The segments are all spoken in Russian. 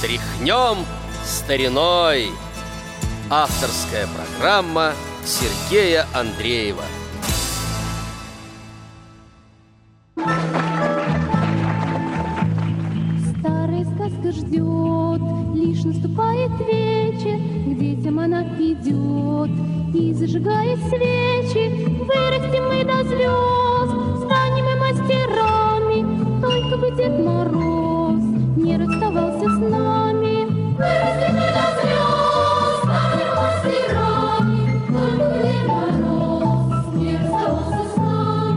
Тряхнем стариной. Авторская программа Сергея Андреева. Старая сказка ждет, лишь наступает вечер, к детям она идет. И зажигая свечи, вырастем мы до звезд, станем мы мастерами, только бы Дед Мороз не расставался с нами. Вырастем мы до звезд, станем мастерами, только бы Дед Мороз не расставался с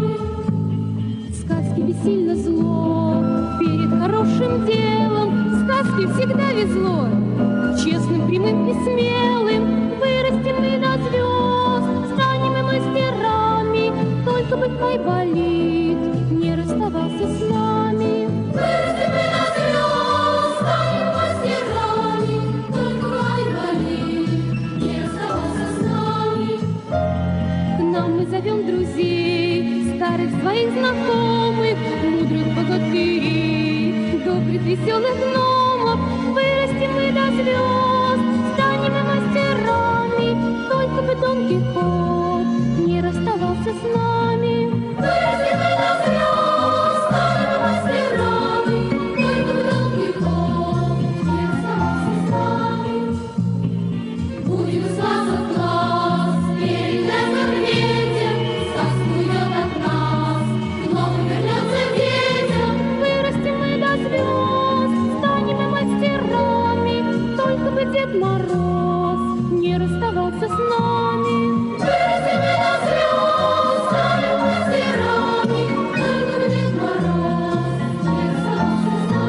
нами. Сказки бессильно зло перед хорошим делом, сказке всегда везло честным, прямым и смелым. Вырастем мы до звезд, станем мы мастерами, только бы Айболит не расставался с нами. Вырастем мы до звезд, станем мастерами, только бы Айболит не расставался с нами. К нам мы зовем друзей, старых своих знакомых, мудрых богатырей, добрых веселых гномов. Вырастем мы до звезд, станем мы мастерами, только бы Дон Кихот не расставался с нами. Вырастем мы до звезд, станем мы мастерами, только бы Дон Кихот не расставался с нами. Будем из класса в класс, перетрясем ветер, сказка уйдет от нас, гном вернется детям. Вырастем мы до звезд, станем мы мастерами, только бы Дед Мороз не расставался с нами. Вырастем мы до звезд, станем мастерами, только бы Дед Мороз не расставался с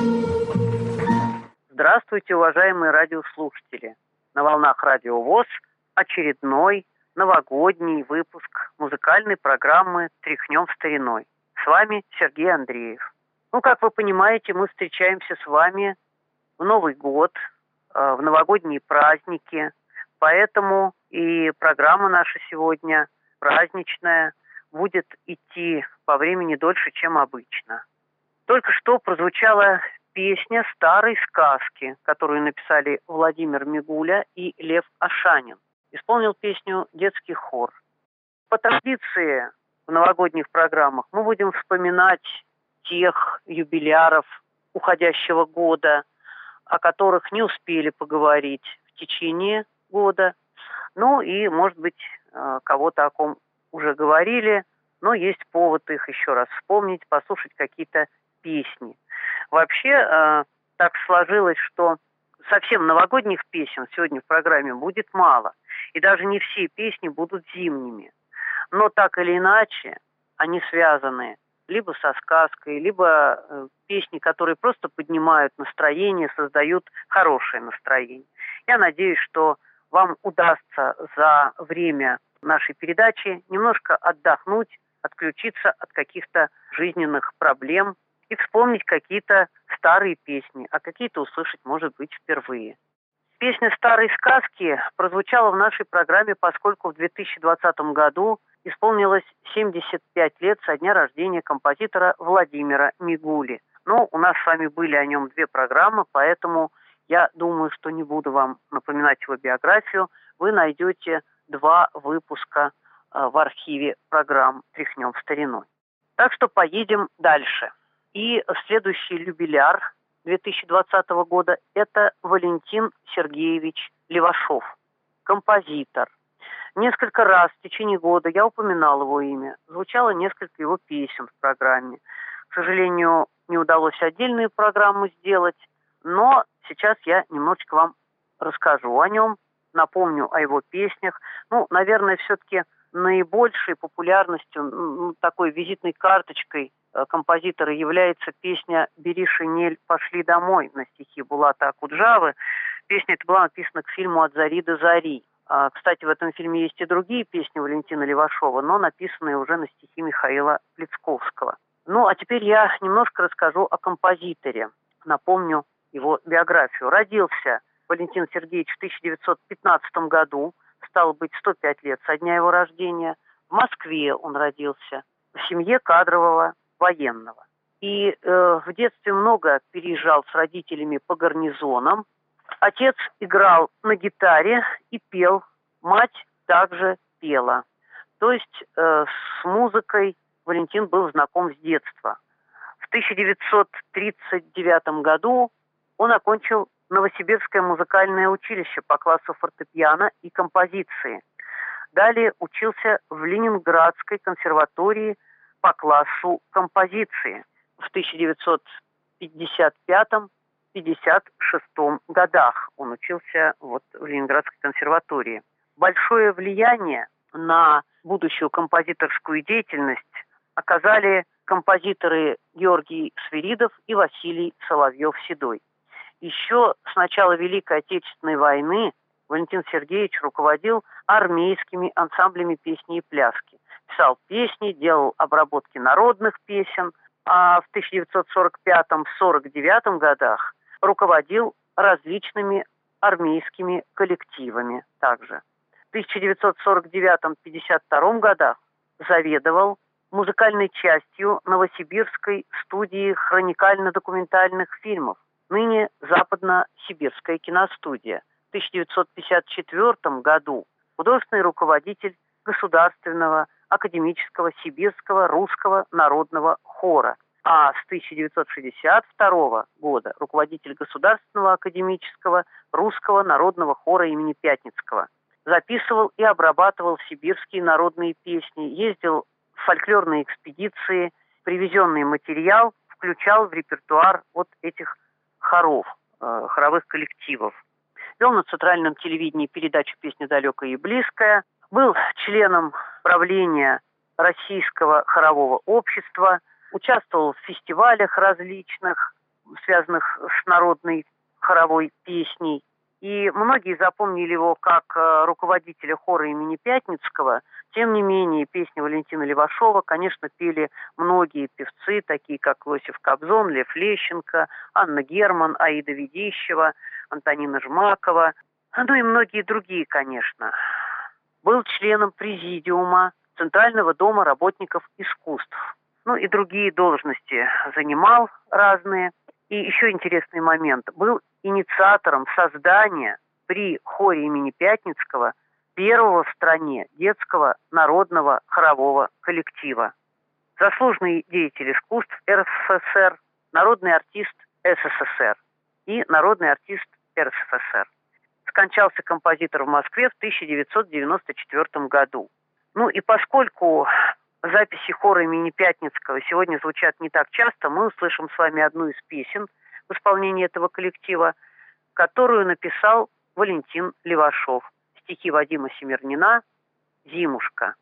нами. Здравствуйте, уважаемые радиослушатели! На волнах Радио ВОС очередной новогодний выпуск музыкальной программы «Тряхнем стариной». С вами Сергей Андреев. Как вы понимаете, мы встречаемся с вами в Новый год, в новогодние праздники, поэтому и программа наша сегодня праздничная, будет идти по времени дольше, чем обычно. Только что прозвучала песня старой сказки, которую написали Владимир Мигуля и Лев Ашанин. Исполнил песню детский хор. По традиции в новогодних программах мы будем вспоминать тех юбиляров уходящего года, о которых не успели поговорить в течение года. И, может быть, кого-то о ком уже говорили, но есть повод их еще раз вспомнить, послушать какие-то песни. Вообще, так сложилось, что совсем новогодних песен сегодня в программе будет мало. И даже не все песни будут зимними. Но так или иначе, они связаны либо со сказкой, либо песни, которые просто поднимают настроение, создают хорошее настроение. Я надеюсь, что вам удастся за время нашей передачи немножко отдохнуть, отключиться от каких-то жизненных проблем и вспомнить какие-то старые песни, а какие-то услышать, может быть, впервые. Песня старой сказки прозвучала в нашей программе, поскольку в 2020 году исполнилось 75 лет со дня рождения композитора Владимира Мигули. У нас с вами были о нем 2 программы, поэтому я думаю, что не буду вам напоминать его биографию. Вы найдете 2 выпуска в архиве программ «Тряхнем стариной». Так что поедем дальше. И следующий юбиляр 2020 года – это Валентин Сергеевич Левашов, композитор. Несколько раз в течение года я упоминал его имя, звучало несколько его песен в программе. К сожалению, не удалось отдельную программу сделать, но сейчас я немножечко вам расскажу о нем, напомню о его песнях. Наверное, все-таки наибольшей популярностью, такой визитной карточкой композитора является песня «Бери шинель, пошли домой» на стихи Булата Акуджавы. Песня эта была написана к фильму «От зари до зари». Кстати, в этом фильме есть и другие песни Валентина Левашова, но написанные уже на стихи Михаила Плецковского. А теперь я немножко расскажу о композиторе. Напомню его биографию. Родился Валентин Сергеевич в 1915 году, стало быть, 105 лет со дня его рождения. В Москве он родился, в семье кадрового военного. и в детстве много переезжал с родителями по гарнизонам. Отец играл на гитаре и пел, мать также пела. То есть с музыкой Валентин был знаком с детства. В 1939 году он окончил Новосибирское музыкальное училище по классу фортепиано и композиции. Далее учился в Ленинградской консерватории по классу композиции. В 1955-56 годах он учился в Ленинградской консерватории. Большое влияние на будущую композиторскую деятельность оказали композиторы Георгий Свиридов и Василий Соловьев-Седой. Еще с начала Великой Отечественной войны Валентин Сергеевич руководил армейскими ансамблями песни и пляски. Писал песни, делал обработки народных песен, а в 1945-49 годах руководил различными армейскими коллективами также. В 1949-52 годах заведовал музыкальной частью Новосибирской студии хроникально-документальных фильмов, ныне Западно-Сибирская киностудия. В 1954 году художественный руководитель Государственного академического сибирского русского народного хора, а с 1962 года руководитель Государственного академического русского народного хора имени Пятницкого. Записывал и обрабатывал сибирские народные песни, ездил в фольклорные экспедиции, привезенный материал включал в репертуар вот этих хоров, хоровых коллективов. Вел на центральном телевидении передачу «Песня далекая и близкая», был членом правления Российского хорового общества, участвовал в фестивалях различных, связанных с народной хоровой песней. И многие запомнили его как руководителя хора имени Пятницкого. Тем не менее, песни Валентина Левашова, конечно, пели многие певцы, такие как Иосиф Кобзон, Лев Лещенко, Анна Герман, Аида Ведищева, Антонина Жмакова, ну и многие другие, конечно. Был членом президиума Центрального дома работников искусств. Ну и другие должности занимал разные. И еще интересный момент. Был инициатором создания при хоре имени Пятницкого первого в стране детского народного хорового коллектива. Заслуженный деятель искусств РСФСР, народный артист СССР и народный артист РСФСР. Скончался композитор в Москве в 1994 году. Ну и поскольку записи хора имени Пятницкого сегодня звучат не так часто, мы услышим с вами одну из песен в исполнении этого коллектива, которую написал Валентин Левашов. Стихи Вадима Семернина «Зимушка».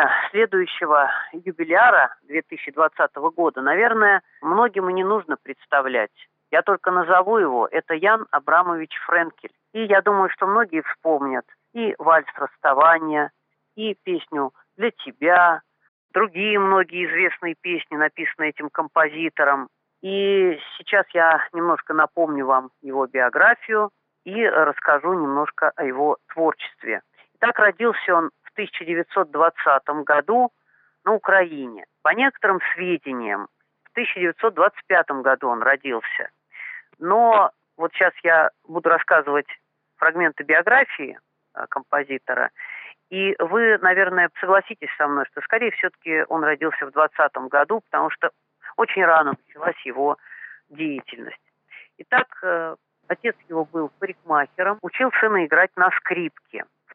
имя следующего юбиляра 2020 года, наверное, многим и не нужно представлять. Я только назову его. Это Ян Абрамович Френкель. И я думаю, что многие вспомнят и «Вальс расставания», и песню «Для тебя», другие многие известные песни, написанные этим композитором. И сейчас я немножко напомню вам его биографию и расскажу немножко о его творчестве. Итак, родился он в 1920 году на Украине. По некоторым сведениям, в 1925 году он родился. Но вот сейчас я буду рассказывать фрагменты биографии композитора, и вы, наверное, согласитесь со мной, что, скорее, все-таки он родился в 20 году, потому что очень рано началась его деятельность. Итак, отец его был парикмахером, учил сына играть на скрипке. В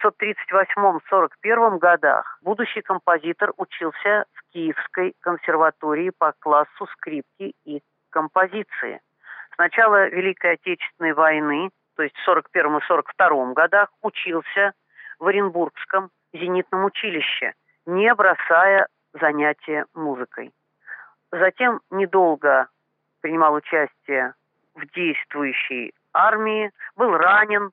1938-41 годах будущий композитор учился в Киевской консерватории по классу скрипки и композиции. С начала Великой Отечественной войны, то есть в 1941 и 1942 годах, учился в Оренбургском зенитном училище, не бросая занятия музыкой. Затем недолго принимал участие в действующей армии, был ранен.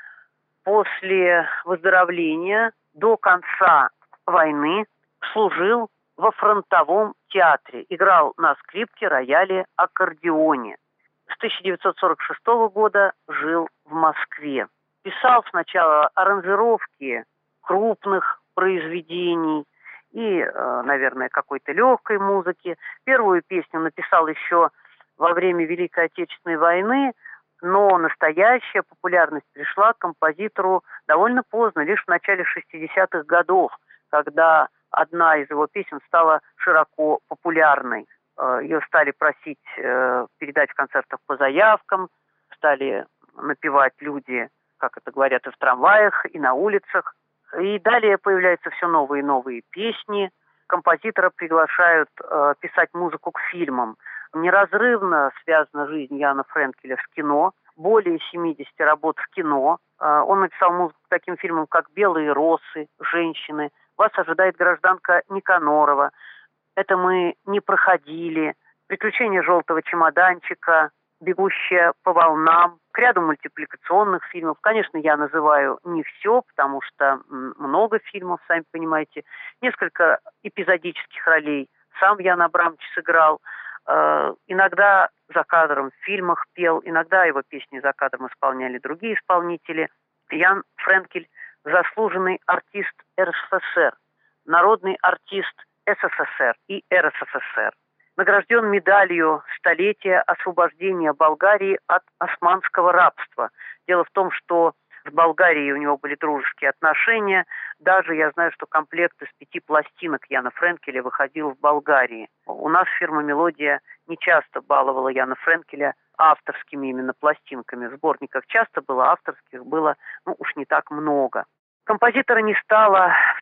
После выздоровления до конца войны служил во фронтовом театре, играл на скрипке, рояле, аккордеоне. С 1946 года жил в Москве. Писал сначала аранжировки крупных произведений и, наверное, какой-то легкой музыки. Первую песню написал еще во время Великой Отечественной войны, но настоящая популярность пришла к композитору довольно поздно, лишь в начале 60-х годов, когда одна из его песен стала широко популярной. Ее стали просить передать в концертах по заявкам, стали напевать люди, как это говорят, и в трамваях, и на улицах. И далее появляются все новые и новые песни. Композитора приглашают писать музыку к фильмам. Неразрывно связана жизнь Яна Френкеля с кино. Более 70 работ в кино. Он написал музыку к таким фильмам, как «Белые росы», «Женщины», «Вас ожидает гражданка Никанорова», «Это мы не проходили», «Приключения желтого чемоданчика», «Бегущая по волнам», к ряду мультипликационных фильмов. Конечно, я называю не все, потому что много фильмов, сами понимаете. Несколько эпизодических ролей сам Ян Абрамович сыграл. Иногда за кадром в фильмах пел, иногда его песни за кадром исполняли другие исполнители. Ян Френкель – заслуженный артист РСФСР, народный артист СССР и РСФСР. Награжден медалью столетия освобождения Болгарии от османского рабства. Дело в том, что с Болгарией у него были дружеские отношения. Даже я знаю, что комплект из 5 пластинок Яна Френкеля выходил в Болгарии. У нас фирма «Мелодия» не часто баловала Яна Френкеля авторскими именно пластинками. В сборниках часто было, авторских было, уж не так много. Композитора не стало в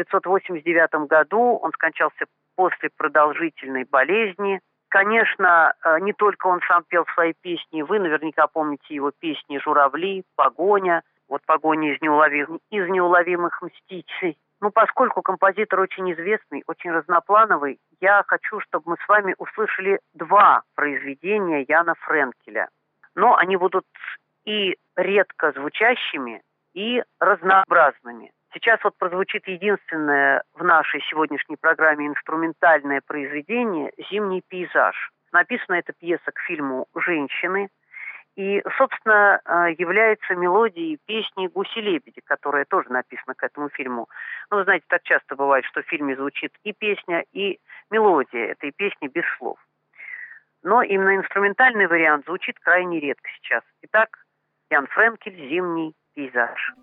1989 году. Он скончался после продолжительной болезни. Конечно, не только он сам пел свои песни. Вы наверняка помните его песни «Журавли», «Погоня». Вот «Погоня из неуловимых мстителей». Поскольку композитор очень известный, очень разноплановый, я хочу, чтобы мы с вами услышали 2 произведения Яна Френкеля. Но они будут и редко звучащими, и разнообразными. Сейчас вот прозвучит единственное в нашей сегодняшней программе инструментальное произведение «Зимний пейзаж». Написана эта пьеса к фильму «Женщины». И, собственно, является мелодией песни «Гуси-лебеди», которая тоже написана к этому фильму. Вы знаете, так часто бывает, что в фильме звучит и песня, и мелодия этой песни без слов. Но именно инструментальный вариант звучит крайне редко сейчас. Итак, Ян Френкель «Зимний пейзаж».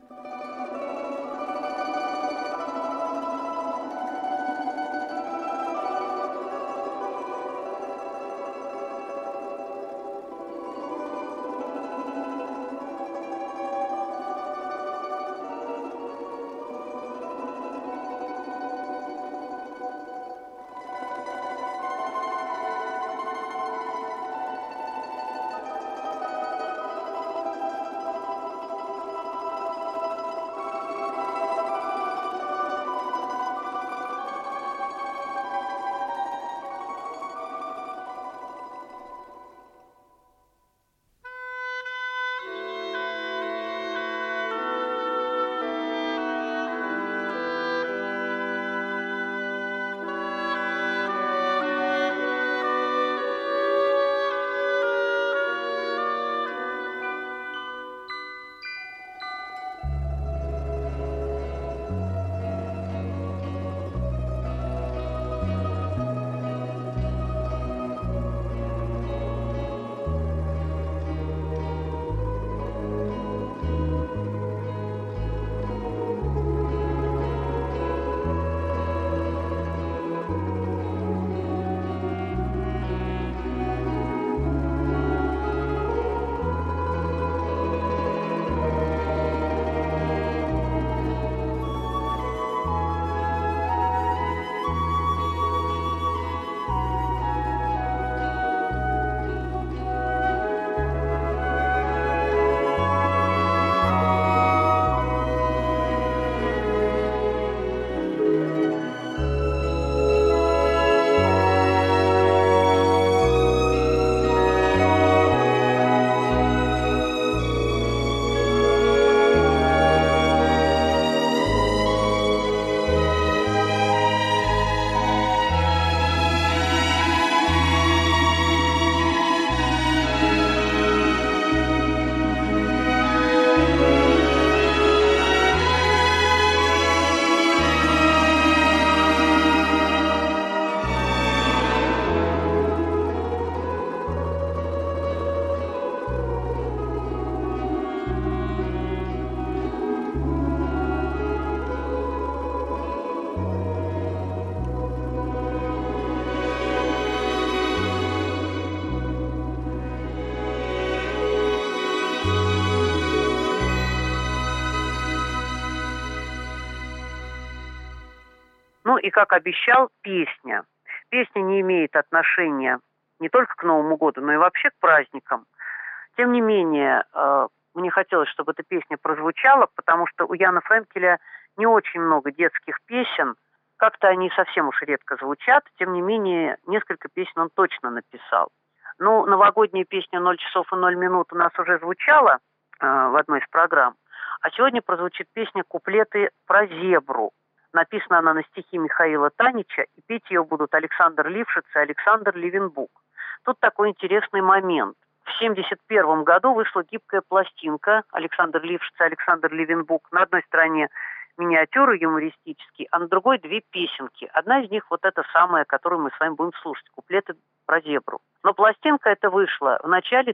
и, как обещал, песня. Песня не имеет отношения не только к Новому году, но и вообще к праздникам. Тем не менее, мне хотелось, чтобы эта песня прозвучала, потому что у Яна Френкеля не очень много детских песен. Как-то они совсем уж редко звучат. Тем не менее, несколько песен он точно написал. Ну, новогодняя песня «0 часов и 0 минут» у нас уже звучала в одной из программ. А сегодня прозвучит песня «Куплеты про зебру». Написана она на стихи Михаила Танича, и петь ее будут Александр Лившиц и Александр Левенбук. Тут такой интересный момент. В 1971 году вышла гибкая пластинка Александр Лившиц и Александр Левенбук. На одной стороне миниатюры юмористические, а на другой две песенки. Одна из них вот эта самая, которую мы с вами будем слушать, «Куплеты про зебру». Но пластинка эта вышла в начале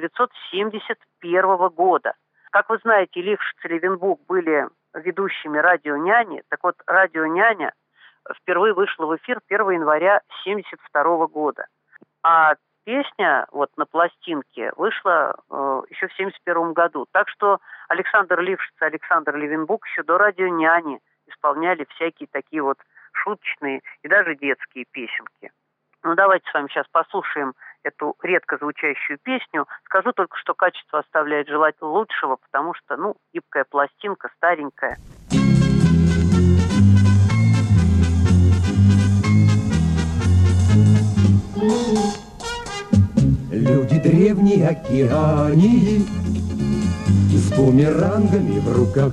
1971 года. Как вы знаете, Лившиц и Левенбук были ведущими «Радио Няни». Так вот, «Радио Няня» впервые вышла в эфир 1 января 1972 года. А песня вот на пластинке вышла еще в 1971 году. Так что Александр Лившиц и Александр Левенбук еще до «Радио Няни» исполняли всякие такие вот шуточные и даже детские песенки. Ну, давайте с вами сейчас послушаем эту редко звучащую песню. Скажу только, что качество оставляет желать лучшего, потому что, ну, гибкая пластинка, старенькая. Люди древние, океании, с бумерангами в руках,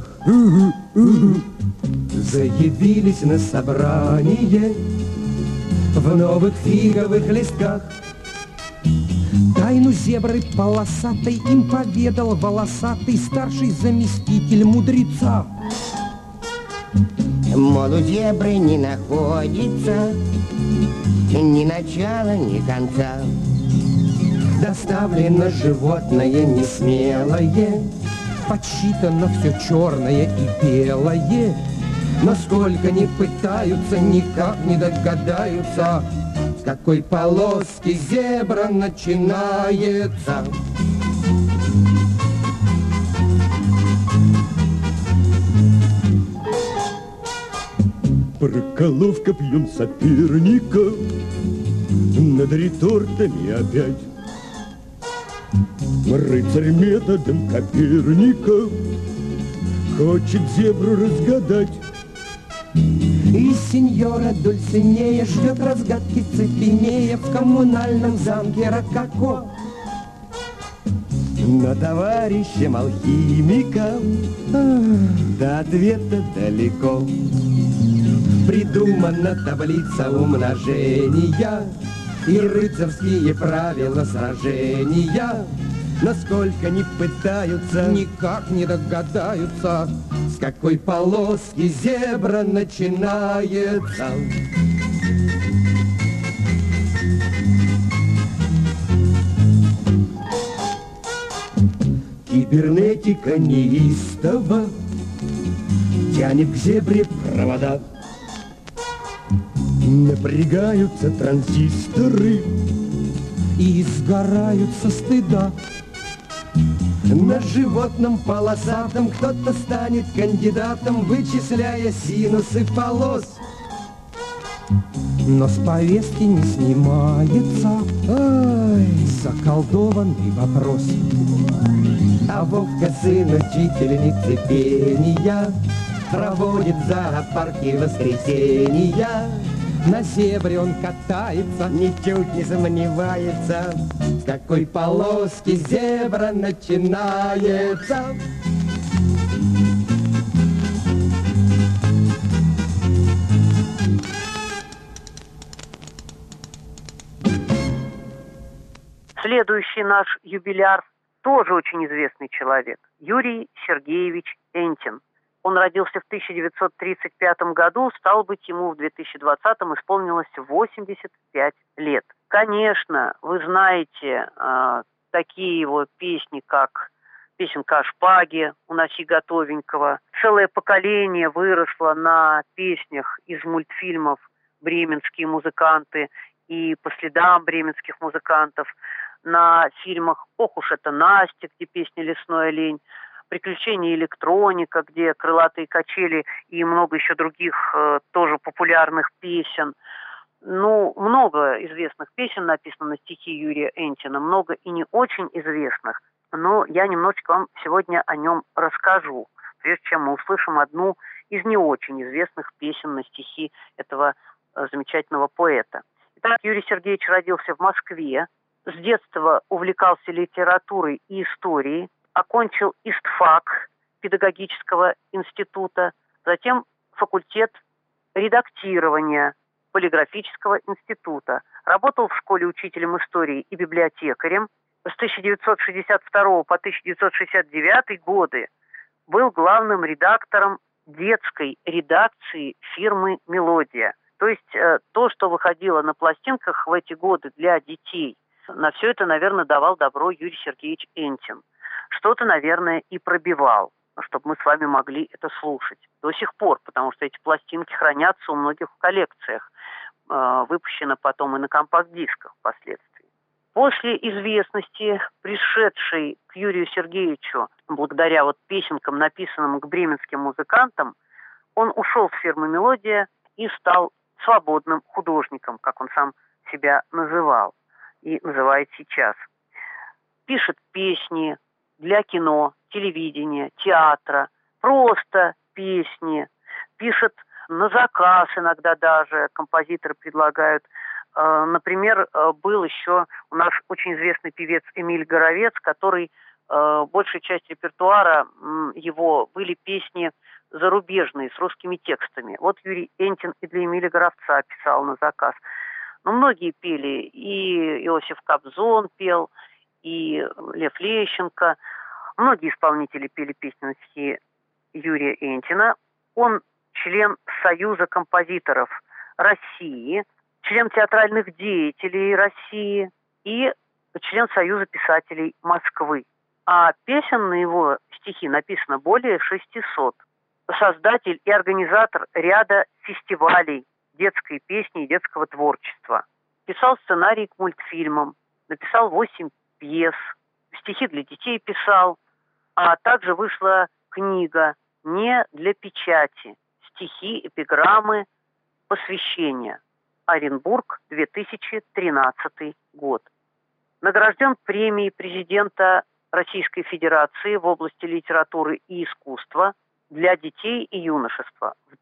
заявились на собрание в новых фиговых листках. Тайну зебры полосатой им поведал волосатый старший заместитель мудреца. Мол, у зебры не находится ни начала, ни конца. Доставлено животное несмелое, подсчитано все черное и белое. Но сколько ни пытаются, никак не догадаются, с какой полоски зебра начинается. Проколов копьем соперника над ретортами опять. Рыцарь методом Коперника хочет зебру разгадать. И сеньора Дульсинея ждет разгадки цепенея в коммунальном замке Рококо. Но товарищам алхимикам до ответа далеко. Придумана таблица умножения и рыцарские правила сражения. Насколько не пытаются, никак не догадаются, с какой полоски зебра начинается. Кибернетика неистово тянет к зебре провода. Напрягаются транзисторы и сгорают со стыда. На животном полосатом кто-то станет кандидатом, вычисляя синусы полос. Но с повестки не снимается заколдованный вопрос. А Вовка, сын учительницы пения, проводит в зоопарке воскресенья. На зебре он катается, ничуть не сомневается, с какой полоски зебра начинается. Следующий наш юбиляр тоже очень известный человек. Юрий Сергеевич Энтин. Он родился в 1935 году, стало быть, ему в 2020-м исполнилось 85 лет. Конечно, вы знаете такие его песни, как песенка о шпаге «Уноси готовенького». Целое поколение выросло на песнях из мультфильмов «Бременские музыканты» и «По следам бременских музыкантов», на фильмах «Ох уж это Настя», где песня «Лесной олень». «Приключения электроника», где крылатые качели и много еще других тоже популярных песен. Ну, много известных песен написано на стихи Юрия Энтина, много и не очень известных, но я немножечко вам сегодня о нем расскажу, прежде чем мы услышим одну из не очень известных песен на стихи этого замечательного поэта. Итак, Юрий Сергеевич родился в Москве, с детства увлекался литературой и историей, окончил ИСТФАК педагогического института, затем факультет редактирования полиграфического института. Работал в школе учителем истории и библиотекарем. С 1962 по 1969 годы был главным редактором детской редакции фирмы «Мелодия». То есть то, что выходило на пластинках в эти годы для детей, на все это, наверное, давал добро Юрий Сергеевич Энтин. Что-то, наверное, и пробивал, чтобы мы с вами могли это слушать до сих пор, потому что эти пластинки хранятся у многих в коллекциях, выпущено потом и на компакт-дисках впоследствии. После известности, пришедшей к Юрию Сергеевичу благодаря песенкам, написанным к бременским музыкантам, он ушел с фирмы «Мелодия» и стал свободным художником, как он сам себя называл и называет сейчас. Пишет песни для кино, телевидения, театра, просто песни, пишет на заказ иногда даже, композиторы предлагают. Например, был еще у нас очень известный певец Эмиль Горовец, который большая часть репертуара его были песни зарубежные, с русскими текстами. Вот Юрий Энтин и для Эмиля Горовца писал на заказ. Но многие пели, и Иосиф Кобзон пел, и Лев Лещенко. Многие исполнители пели песни на стихи Юрия Энтина. Он член Союза композиторов России, член театральных деятелей России и член Союза писателей Москвы. А песен на его стихи написано более 600. Создатель и организатор ряда фестивалей детской песни и детского творчества. Писал сценарий к мультфильмам, написал 8 пьес, стихи для детей писал, а также вышла книга «Не для печати. Стихи, эпиграммы, посвящения». Оренбург, 2013 год. Награжден премией президента Российской Федерации в области литературы и искусства для детей и юношества в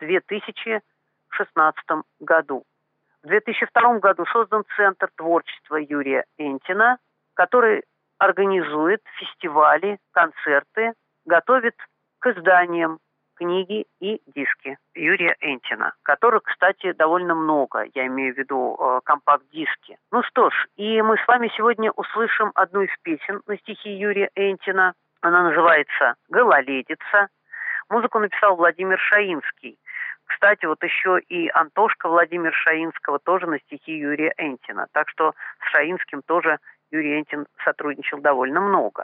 2016 году. В 2002 году создан Центр творчества Юрия Энтина, который организует фестивали, концерты, готовит к изданиям книги и диски Юрия Энтина, которых, кстати, довольно много, я имею в виду компакт-диски. Ну что ж, и мы с вами сегодня услышим одну из песен на стихи Юрия Энтина. Она называется «Гололедица». Музыку написал Владимир Шаинский. Кстати, еще и Антошка Владимира Шаинского тоже на стихи Юрия Энтина. Так что с Шаинским тоже Юрий Энтин сотрудничал довольно много.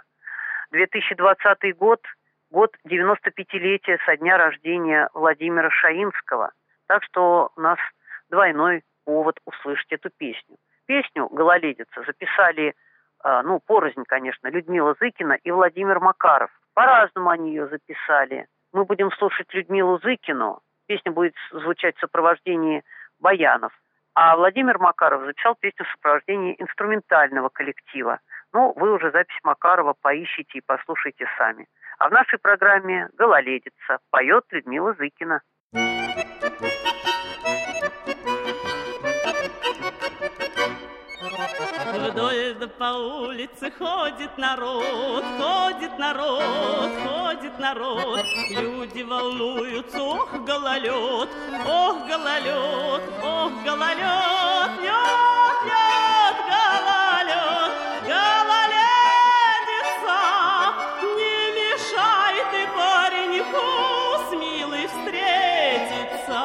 2020 год – год 95-летия со дня рождения Владимира Шаинского. Так что у нас двойной повод услышать эту песню. Песню «Гололедица» записали, порознь, конечно, Людмила Зыкина и Владимир Макаров. По-разному они ее записали. Мы будем слушать Людмилу Зыкину. Песня будет звучать в сопровождении баянов. А Владимир Макаров записал песню в сопровождении инструментального коллектива. Вы уже запись Макарова поищите и послушайте сами. А в нашей программе «Гололедица» поет Людмила Зыкина. Вдоль да по улице ходит народ, ходит народ, ходит народ. Люди волнуются, ох, гололед, ох, гололед, ох, гололед. Лед, лед, гололед, гололедица. Не мешай ты пареньку с милой встретиться.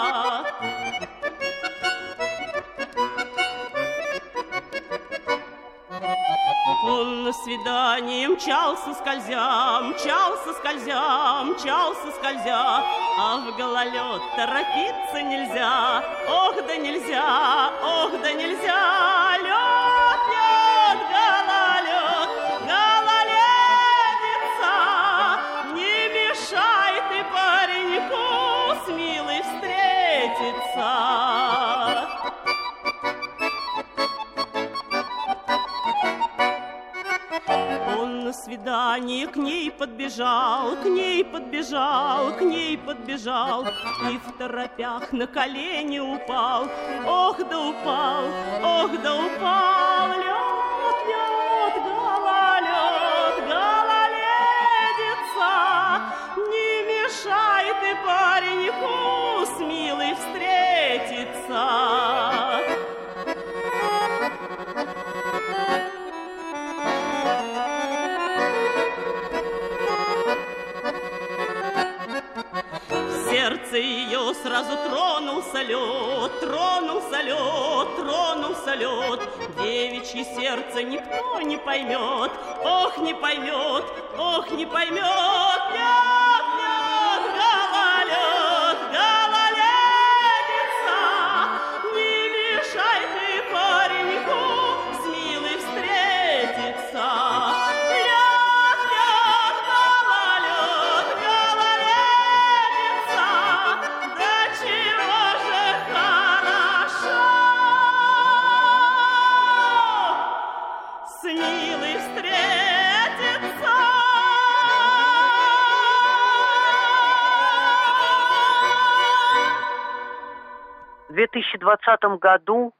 Он на свидание мчался скользя, мчался скользя, мчался скользя, а в гололед торопиться нельзя, ох да нельзя, ох да нельзя. Лед, лед, гололед, гололедица, свидание к ней подбежал, к ней подбежал, к ней подбежал, и в торопях на колени упал. Ох да упал, ох да упал, лед, лед, гололед, гололедица. Не мешай ты пареньку с милой встретиться. Сердце ее сразу тронулся лед, тронулся лед, тронулся лед. Девичье сердце никто не поймет, ох, не поймет, ох, не поймет. Лед, лед, гололед, гололедица. Не мешай ты пареньку с милой встретиться. В 2020 году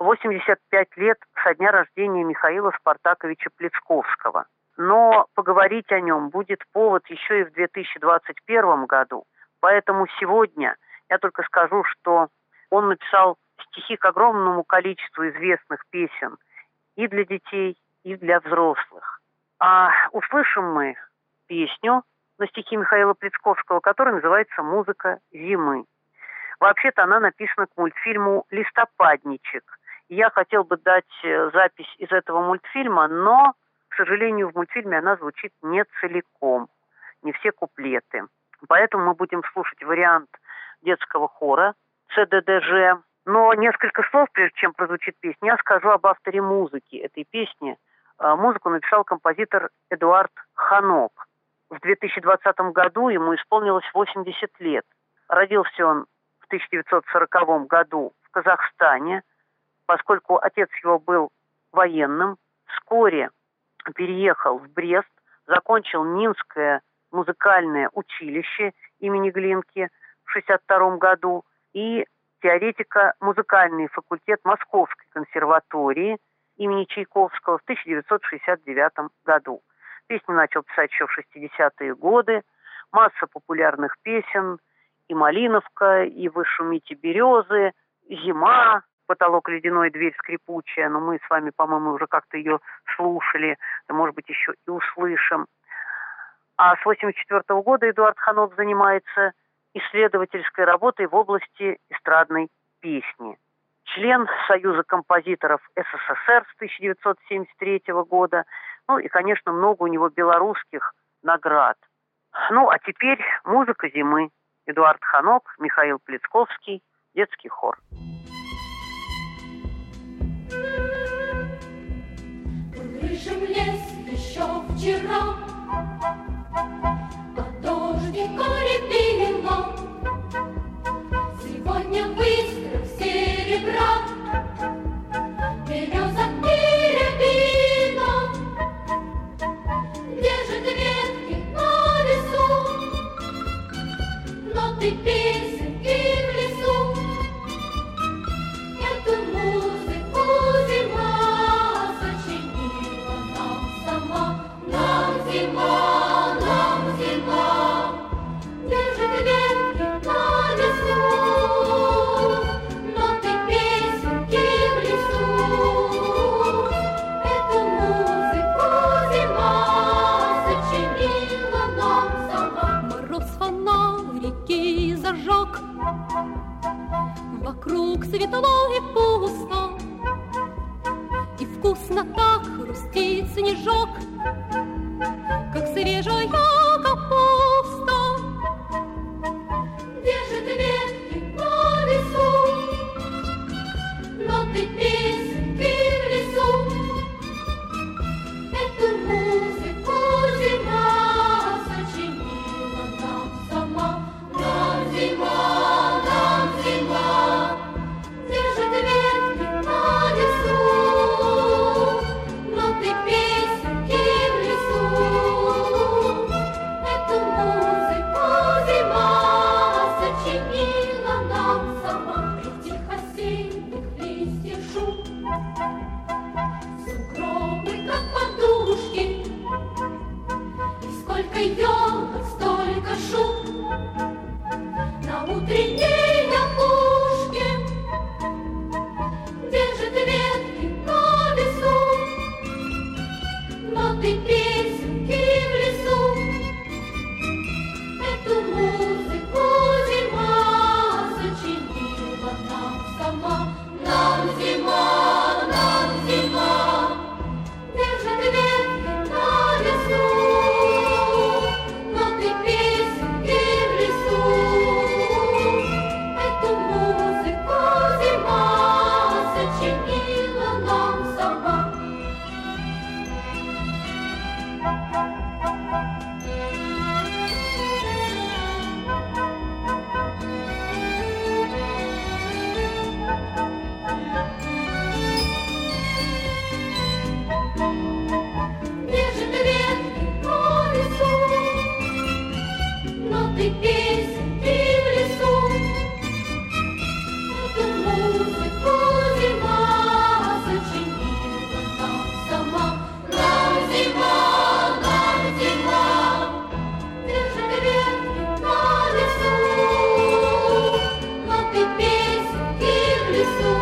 85 лет со дня рождения Михаила Спартаковича Плецковского. Но поговорить о нем будет повод еще и в 2021 году. Поэтому сегодня я только скажу, что он написал стихи к огромному количеству известных песен и для детей, и для взрослых. А услышим мы песню на стихи Михаила Плецковского, которая называется «Музыка зимы». Вообще-то она написана к мультфильму «Листопадничек». Я хотел бы дать запись из этого мультфильма, но, к сожалению, в мультфильме она звучит не целиком, не все куплеты. Поэтому мы будем слушать вариант детского хора ЦДДЖ. Но несколько слов, прежде чем прозвучит песня, я скажу об авторе музыки этой песни. Музыку написал композитор Эдуард Ханок. В 2020 году ему исполнилось 80 лет. Родился он в 1940 году в Казахстане, поскольку отец его был военным. Вскоре переехал в Брест, закончил Минское музыкальное училище имени Глинки в 1962 году и теоретико-музыкальный факультет Московской консерватории имени Чайковского в 1969 году. Песни начал писать еще в 60-е годы. Масса популярных песен: и «Малиновка», и «Вы шумите березы», «Зима», «Потолок ледяной, дверь скрипучая», но мы с вами, по-моему, уже как-то ее слушали, да, может быть, еще и услышим. А с 1984 года Эдуард Ханок занимается исследовательской работой в области эстрадной песни. Член Союза композиторов СССР с 1973 года. Ну и, конечно, много у него белорусских наград. Ну, а теперь музыка зимы. Эдуард Ханок, Михаил Плецковский, детский хор. Крышем лес еще вчера, а дождиком рябило. Сегодня выстрел серебра, береза и рябина держит ветки на лесу, ноты песенки в лесу. Эту музыку зима сочинила нам сама. Нам зима, нам зима держит ветки на лесу, ноты песенки в лесу. Эту музыку зима сочинила нам сама. Мороз фонарики зажег, вокруг светло и пусто, и вкусно так хрустит снежок, как свежая капуста. Держит ветки на лесу, ноты песенки в лесу. Эту музыку зима сочинила нам сама. Нам зима, нам зима держит ветки на лесу, ноты песенки в лесу. 3 дней на пушке держит ветки на весу, ноты песенки в лесу. Эту музыку зима сочинила нам сама. Нам зима, держит ветки на весу, ноты песенки в лесу. Эту музыку зима сочинила нам сама. Держит ветки на весу, ноты песенки в лесу. Эту музыку зима сочинила нам сама. Нам зима, держит ветки на весу, ноты песенки в лесу.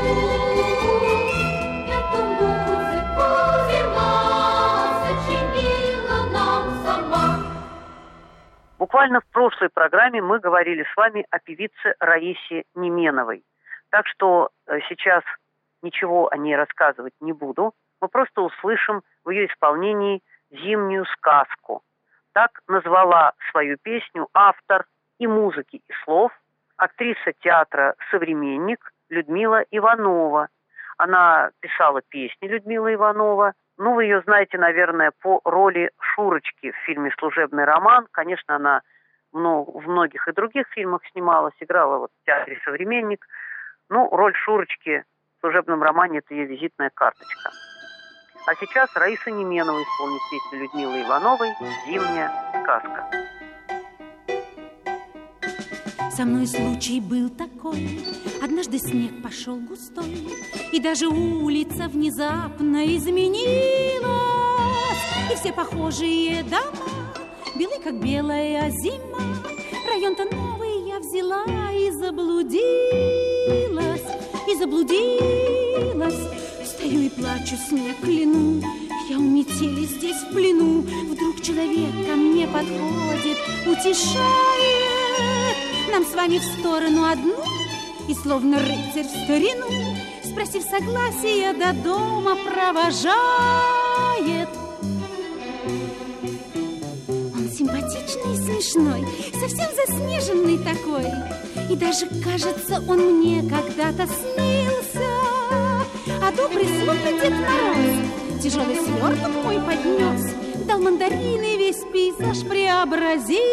Эту музыку зима сочинила нам сама. Буквально в прошлой программе мы говорили с вами о певице Раисе Неменовой. Так что сейчас ничего о ней рассказывать не буду. Мы просто услышим в ее исполнении «Зимнюю сказку». Так назвала свою песню автор и музыки, и слов, актриса театра «Современник» Людмила Иванова. Она писала песни, Людмила Иванова. Ну, вы ее знаете, наверное, по роли Шурочки в фильме «Служебный роман». Конечно, она в многих и других фильмах снималась, играла вот в театре «Современник». Ну, роль Шурочки в «Служебном романе» – это ее визитная карточка. А сейчас Раиса Неменова исполнит песню Людмилы Ивановой «Зимняя сказка». Со мной случай был такой. Однажды снег пошел густой, и даже улица внезапно изменилась. И все похожие дома белы, как белая зима. Район-то новый я взяла и заблудилась. Стою и плачу, снег кляну. Я у метели здесь в плену. Вдруг человек ко мне подходит, утешает. Нам с вами в сторону одну, и словно рыцарь в старину, спросив согласия, до дома провожает. Он симпатичный и смешной, совсем заснеженный такой, и даже, кажется, он мне когда-то снился. А добрый словно Дед Мороз тяжелый сверток мой поднес, дал мандарины, весь пейзаж преобразился.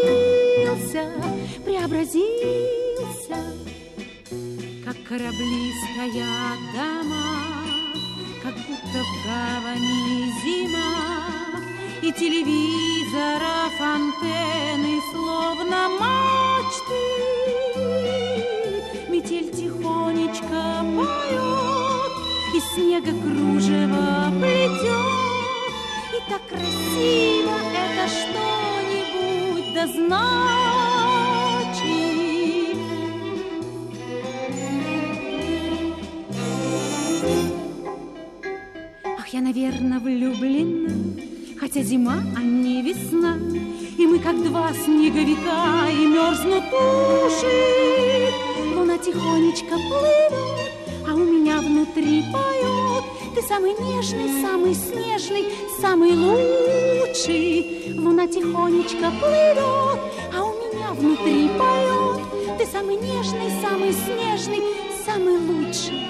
Как корабли стоят дома, как будто в гавани зима, и телевизора антенны словно мачты. Метель тихонечко поет, из снега кружево плетет, и так красиво это что-нибудь да значит. Ах, я, наверное, влюблена, хотя зима, а не весна, и мы как два снеговика, и мерзнут уши. Луна тихонечко плывет, а у меня внутри поет. Ты самый нежный, самый снежный, самый лучший. Луна тихонечко плывет, а у меня внутри поет. Ты самый нежный, самый снежный, самый лучший.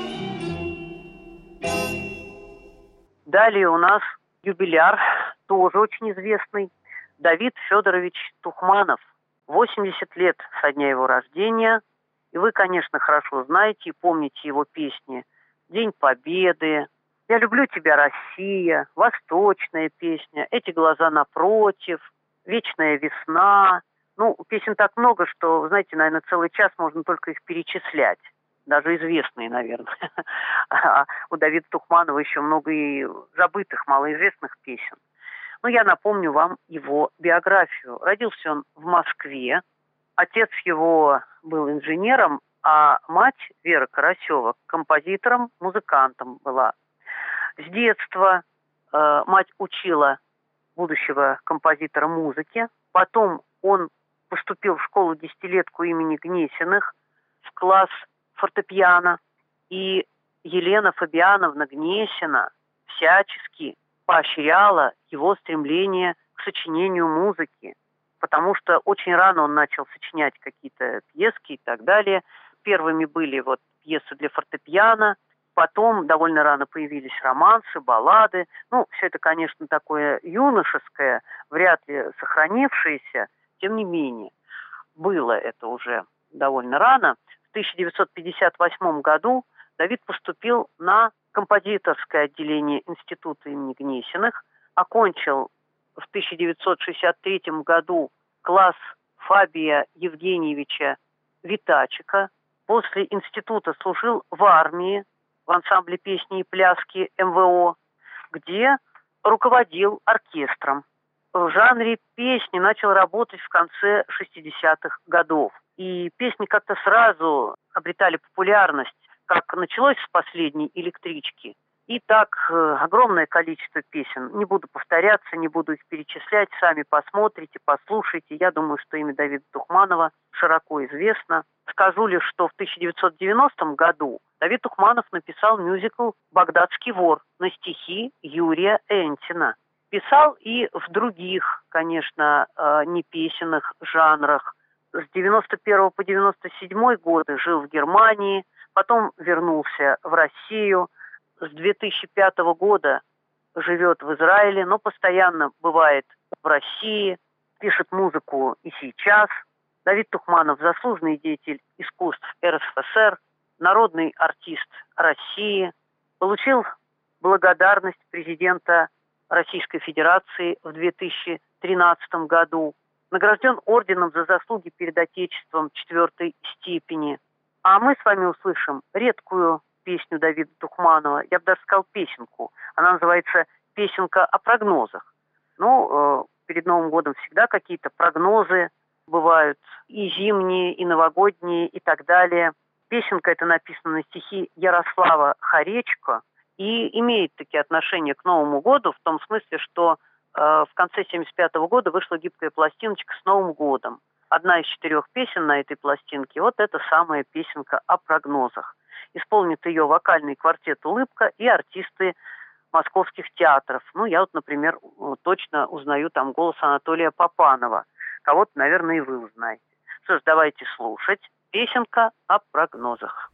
Далее у нас юбиляр, тоже очень известный, Давид Федорович Тухманов. 80 лет со дня его рождения. И вы, конечно, хорошо знаете и помните его песни «День Победы», «Я люблю тебя, Россия», «Восточная песня», «Эти глаза напротив», «Вечная весна». Ну, песен так много, что, знаете, наверное, целый час можно только их перечислять. Даже известные, наверное. А у Давида Тухманова еще много и забытых, малоизвестных песен. Но я напомню вам его биографию. Родился он в Москве Отец его был инженером, а мать, Вера Карасева, композитором, музыкантом была. С детства мать учила будущего композитора музыки. Потом он поступил в школу десятилетку имени Гнесиных в класс фортепиано. И Елена Фабиановна Гнесина всячески поощряла его стремление к сочинению музыки, потому что очень рано он начал сочинять какие-то пьески и так далее. Первыми были вот пьесы для фортепиано, потом довольно рано появились романсы, баллады. Ну, все это, конечно, такое юношеское, вряд ли сохранившееся, тем не менее, было это уже довольно рано. В 1958 году Давид поступил на композиторское отделение Института имени Гнесиных, окончил в 1963 году класс Фабия Евгеньевича Витачика. После института служил в армии, в ансамбле песни и пляски МВО, где руководил оркестром. В жанре песни начал работать в конце 60-х годов. И песни как-то сразу обретали популярность, как началось с последней «Электрички». И так огромное количество песен. Не буду повторяться, не буду их перечислять. Сами посмотрите, послушайте. Я думаю, что имя Давида Тухманова широко известно. Скажу лишь, что в 1990 году Давид Тухманов написал мюзикл «Багдадский вор» на стихи Юрия Энтина. Писал и в других, конечно, непесенных жанрах. С 91 по 97 годы жил в Германии, потом вернулся в Россию. С 2005 года живет в Израиле, но постоянно бывает в России, пишет музыку и сейчас. Давид Тухманов – заслуженный деятель искусств РСФСР, народный артист России, получил благодарность президента Российской Федерации в 2013 году, награжден орденом за заслуги перед Отечеством 4-й степени. А мы с вами услышим редкую песню Давида Тухманова, я бы даже сказал песенку. Она называется «Песенка о прогнозах». Ну, перед Новым годом всегда какие-то прогнозы бывают, и зимние, и новогодние, и так далее. Песенка эта написана на стихи Ярослава Харечко и имеет такие отношения к Новому году, в том смысле, что в конце 1975 года вышла гибкая пластиночка с Новым годом. Одна из 4 песен на этой пластинке – вот эта самая песенка о прогнозах. Исполнит ее вокальный квартет «Улыбка» и артисты московских театров. Ну, я вот, например, точно узнаю там голос Анатолия Попанова. Кого-то, наверное, и вы узнаете. Что ж, давайте слушать. Песенка о прогнозах.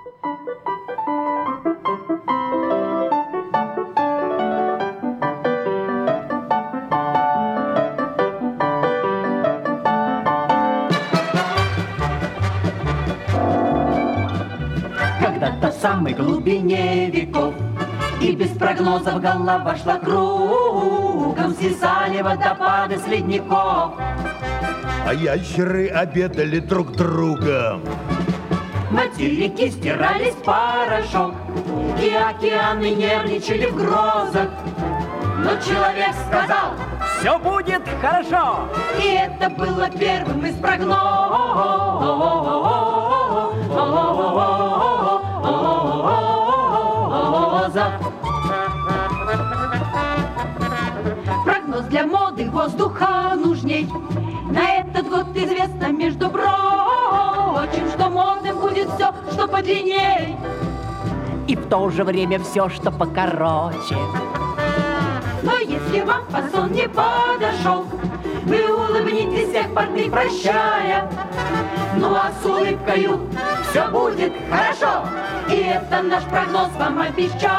Когда-то в самой глубине веков и без прогнозов голова шла кругом, свисали водопады с ледников, а ящеры обедали друг другом. Материки стирались в порошок, и океаны нервничали в грозах. Но человек сказал: все будет хорошо. И это было первым из прогнозов. Прогноз для моды воздуха нужней. На этот год известно, между прочим, что модным будет все, что подлинней, и в то же время все, что покороче. Но если вам фасон не подошел, вы улыбнитесь всех портных, прощая. Ну а с улыбкою все будет хорошо, и это наш прогноз вам обещает.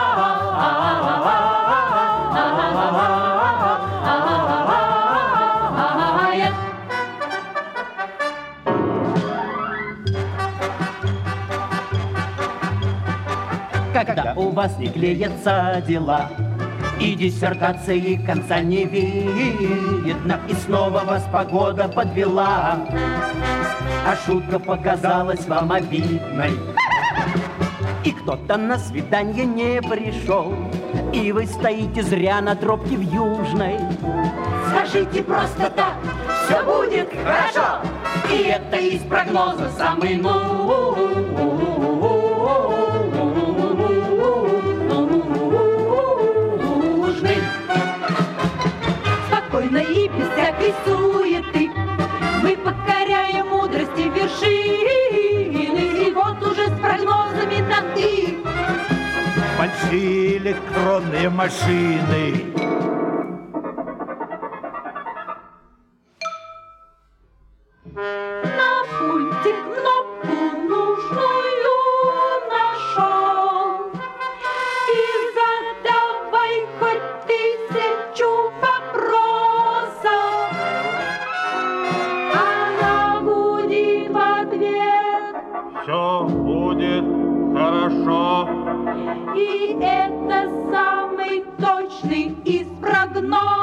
Когда у вас не клеятся дела, и диссертации конца не видно, и снова вас погода подвела, а шутка показалась вам обидной, и кто-то на свидание не пришел, и вы стоите зря на тропке в Южной. Скажите просто так: все будет хорошо, И это из прогноза самый нужный. Спокойно и без всякой суеты мы покоряем мудрости вершины. И вот уже с прогнозами на «ты» большие электронные машины. На пульте кнопку нужную нашел. И задавай хоть 1000 вопросов. Она будет в ответ: все будет хорошо. И это самый точный из прогнозов.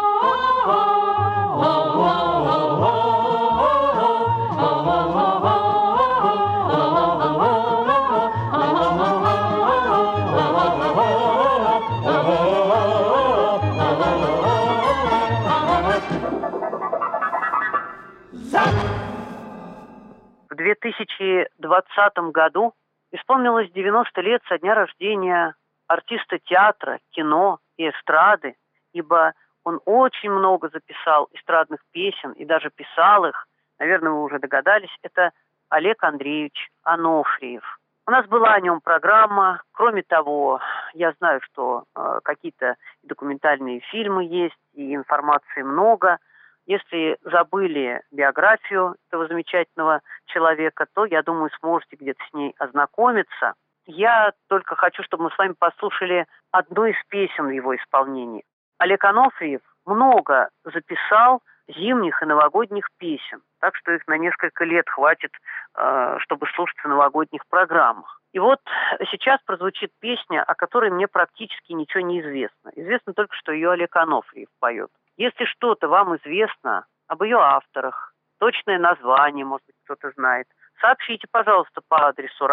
В 2020 году исполнилось 90 лет со дня рождения артиста театра, кино и эстрады, ибо он очень много записал эстрадных песен и даже писал их, наверное, вы уже догадались, это Олег Андреевич Анофриев. У нас была о нем программа. Кроме того, я знаю, что какие-то документальные фильмы есть, и информации много. Если забыли биографию этого замечательного человека, то, я думаю, сможете где-то с ней ознакомиться. Я только хочу, чтобы мы с вами послушали одну из песен в его исполнении. Олег Анофриев много записал зимних и новогодних песен, так что их на несколько лет хватит, чтобы слушать в новогодних программах. И вот сейчас прозвучит песня, о которой мне практически ничего не известно. Известно только, что ее Олег Анофриев поет. Если что-то вам известно об ее авторах, точное название, может быть, кто-то знает, сообщите, пожалуйста, по адресу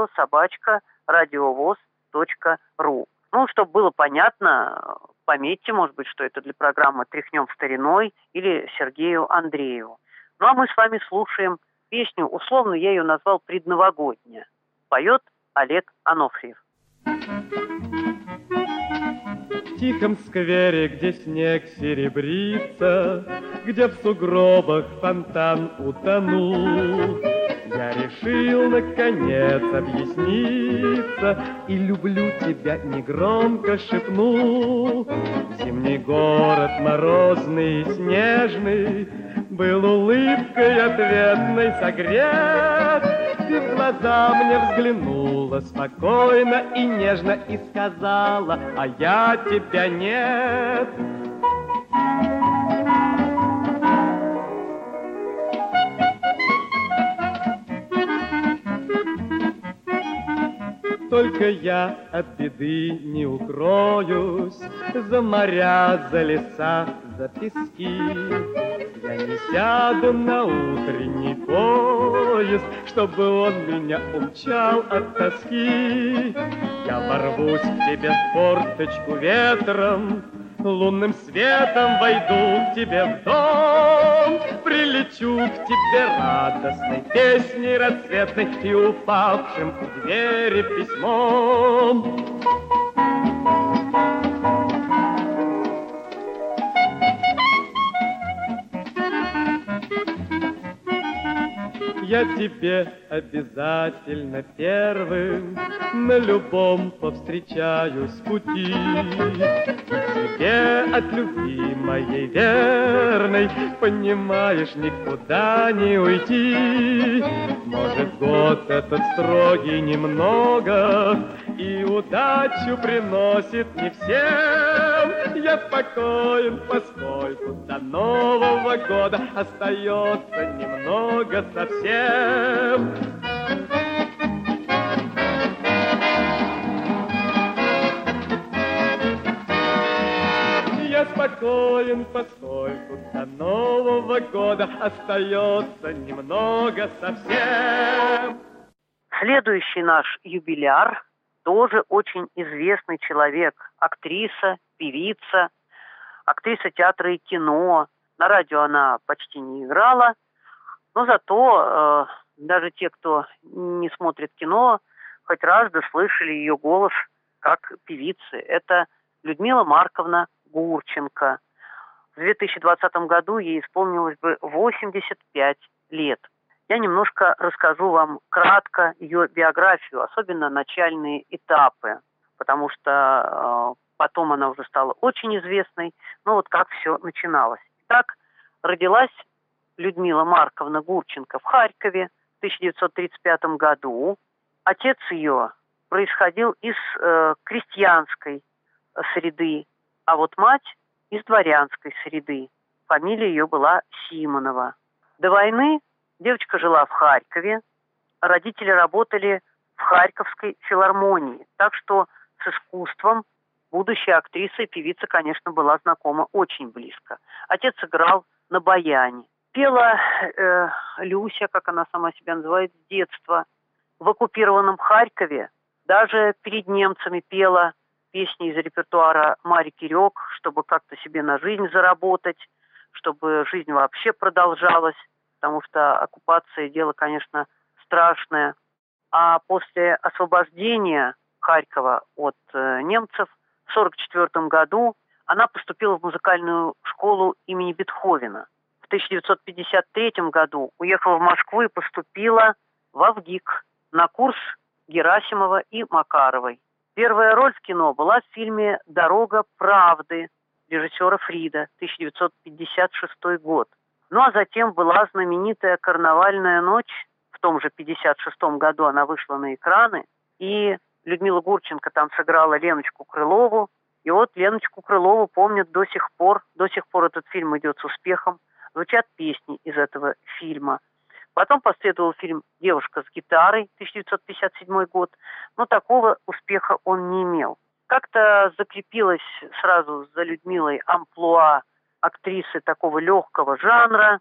radio@radiovoz.ru. Ну, чтобы было понятно, пометьте, может быть, что это для программы «Тряхнем стариной» или Сергею Андрееву. Ну, а мы с вами слушаем песню, условно я ее назвал «Предновогодняя». Поет Олег Анофриев. В тихом сквере, где снег серебрится, где в сугробах фонтан утонул, я решил, наконец, объясниться и люблю тебя негромко шепнул. Зимний город морозный и снежный был улыбкой ответной согрет. Ты в глаза мне взглянула спокойно и нежно и сказала: а я тебя нет. Только я от беды не укроюсь, за моря, за леса, за пески. Я не сяду на утренний поезд, чтобы он меня умчал от тоски. Я ворвусь к тебе в форточку ветром, лунным светом войду к тебе в дом, прилечу к тебе радостной песней рассветной и упавшим в двери письмом. Я тебе обязательно первым на любом повстречаюсь пути. Тебе от любви моей верной, понимаешь, никуда не уйти. Может, год этот строгий немного и удачу приносит не всем. Я спокоен, поскольку до Нового года остается немного совсем. Я спокоен, поскольку до Нового года остается немного совсем. Следующий наш юбиляр тоже очень известный человек. Актриса, певица, актриса театра и кино. На радио она почти не играла. Но зато даже те, кто не смотрит кино, хоть раз слышали ее голос как певицы. Это Людмила Марковна Гурченко. В 2020 году ей исполнилось бы 85 лет. Я немножко расскажу вам кратко ее биографию, особенно начальные этапы, потому что потом она уже стала очень известной. Но вот как все начиналось. Так родилась Людмила Марковна Гурченко в Харькове в 1935 году. Отец ее происходил из крестьянской среды, а вот мать из дворянской среды. Фамилия ее была Симонова. До войны девочка жила в Харькове. Родители работали в Харьковской филармонии. Так что с искусством будущая актриса и певица, конечно, была знакома очень близко. Отец играл на баяне. Пела Люся, как она сама себя называет, с детства. В оккупированном Харькове даже перед немцами пела песни из репертуара Мари Кирёк, чтобы как-то себе на жизнь заработать, чтобы жизнь вообще продолжалась, потому что оккупация – дело, конечно, страшное. А после освобождения Харькова от немцев в 1944 году она поступила в музыкальную школу имени Бетховена. В 1953 году уехала в Москву и поступила в АВГИК на курс Герасимова и Макаровой. Первая роль в кино была в фильме «Дорога правды» режиссера Фрида, 1956 год. Ну а затем была знаменитая «Карнавальная ночь». В том же 1956 году она вышла на экраны, и Людмила Гурченко там сыграла Леночку Крылову. И вот Леночку Крылову помнят до сих пор. До сих пор этот фильм идет с успехом. Звучат песни из этого фильма. Потом последовал фильм «Девушка с гитарой», 1957 год, но такого успеха он не имел. Как-то закрепилась сразу за Людмилой амплуа актрисы такого легкого жанра,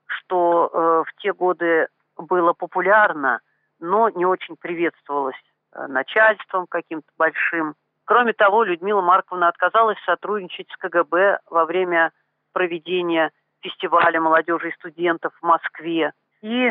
что в те годы было популярно, но не очень приветствовалось начальством каким-то большим. Кроме того, Людмила Марковна отказалась сотрудничать с КГБ во время проведения фестиваля молодежи и студентов в Москве. И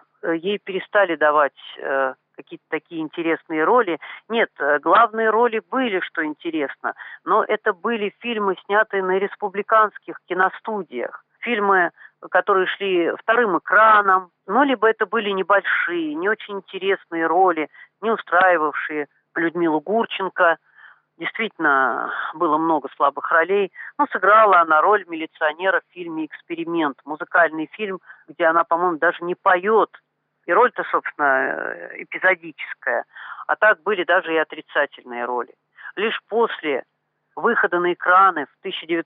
ей перестали давать какие-то такие интересные роли. Нет, главные роли были, что интересно, но это были фильмы, снятые на республиканских киностудиях. Фильмы, которые шли вторым экраном, ну, либо это были небольшие, не очень интересные роли, не устраивавшие Людмилу Гурченко. Действительно, было много слабых ролей. Но сыграла она роль милиционера в фильме «Эксперимент». Музыкальный фильм, где она, по-моему, даже не поет. И роль-то, собственно, эпизодическая. А так были даже и отрицательные роли. Лишь после выхода на экраны в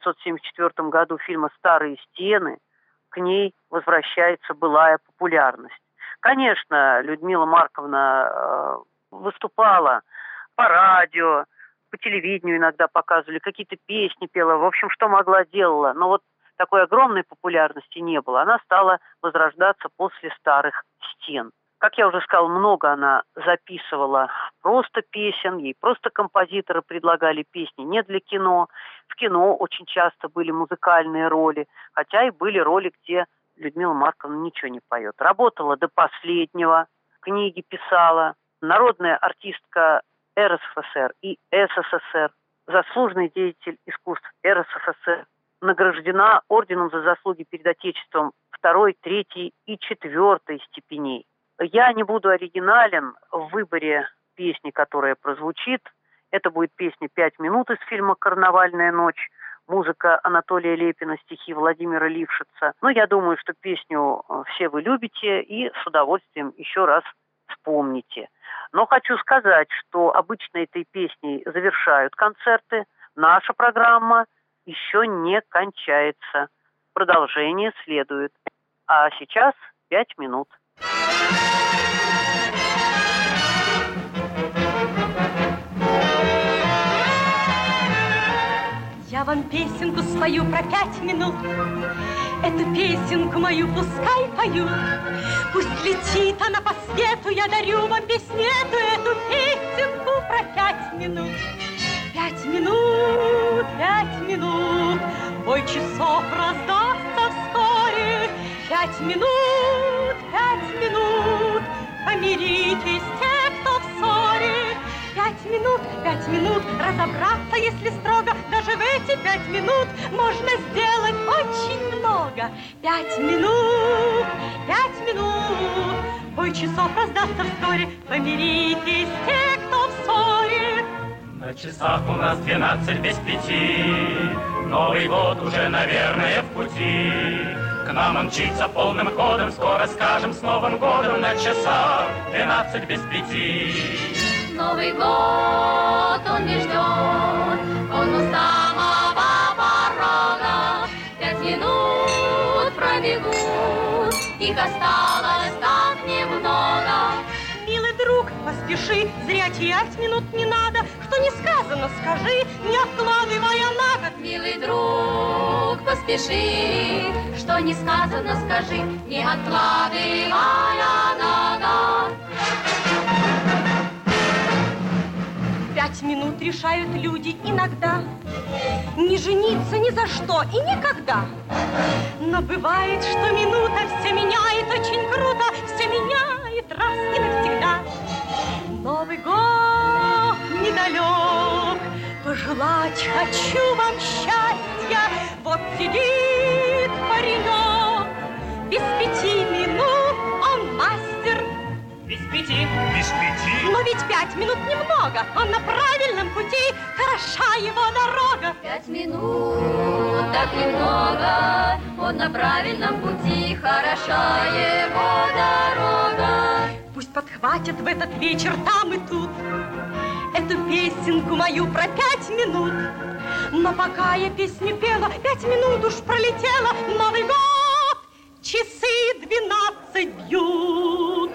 1974 году фильма «Старые стены» к ней возвращается былая популярность. Конечно, Людмила Марковна выступала по радио, по телевидению иногда показывали, какие-то песни пела, в общем, что могла, делала. Но вот такой огромной популярности не было. Она стала возрождаться после «Старых стен». Как я уже сказала, много она записывала просто песен, ей просто композиторы предлагали песни не для кино. В кино очень часто были музыкальные роли, хотя и были роли, где Людмила Марковна ничего не поет. Работала до последнего, книги писала. Народная артистка РСФСР и СССР, заслуженный деятель искусств РСФСР, награждена орденом за заслуги перед Отечеством 2, 3 и 4 степеней. Я не буду оригинален в выборе песни, которая прозвучит. Это будет песня «5 минут» из фильма «Карнавальная ночь». Музыка Анатолия Лепина, стихи Владимира Лившица. Но я думаю, что песню все вы любите и с удовольствием еще раз вспомните. Но хочу сказать, что обычно этой песней завершают концерты. Наша программа еще не кончается. Продолжение следует. А сейчас 5 минут. Я вам песенку спою про 5 минут. Эту песенку мою пускай поют. Пусть летит она по свету, я дарю вам песню эту песенку про 5 минут. 5 минут, 5 минут, бой часов раздастся вскоре. 5 5 минут, 5 минут, помиритесь те, кто в ссоре. 5 минут, разобраться, если строго. Даже в эти 5 минут можно сделать очень много. 5 минут, 5 минут, бой часов раздастся вскоре. Помиритесь те, кто в ссоре. На часах у нас 12 без 5. Новый год уже, наверное, в пути. К нам он мчится полным ходом. Скоро скажем с Новым годом. На часах 12 без 5. Новый год он не ждет, он у самого порога. 5 минут пробегут, их осталось так немного. Милый друг, поспеши, зря терять минут не надо. Что не сказано, скажи, не откладывая на год. Милый друг, поспеши, что не сказано, скажи, не откладывая на год. 5 минут решают люди иногда не жениться ни за что и никогда. Но бывает, что минута все меняет очень круто, все меняет раз и навсегда. Новый год недалек, пожелать хочу вам счастья. Вот сидит паренек, без 5 минут он мастер. Без 5. Без 5. Но ведь 5 минут немного, он на правильном пути, хороша его дорога. 5 минут, так немного, он на правильном пути, хороша его дорога. Пусть подхватят в этот вечер там и тут эту песенку мою про 5 минут. Но пока я песню пела, 5 минут уж пролетела. Новый год, часы 12 бьют.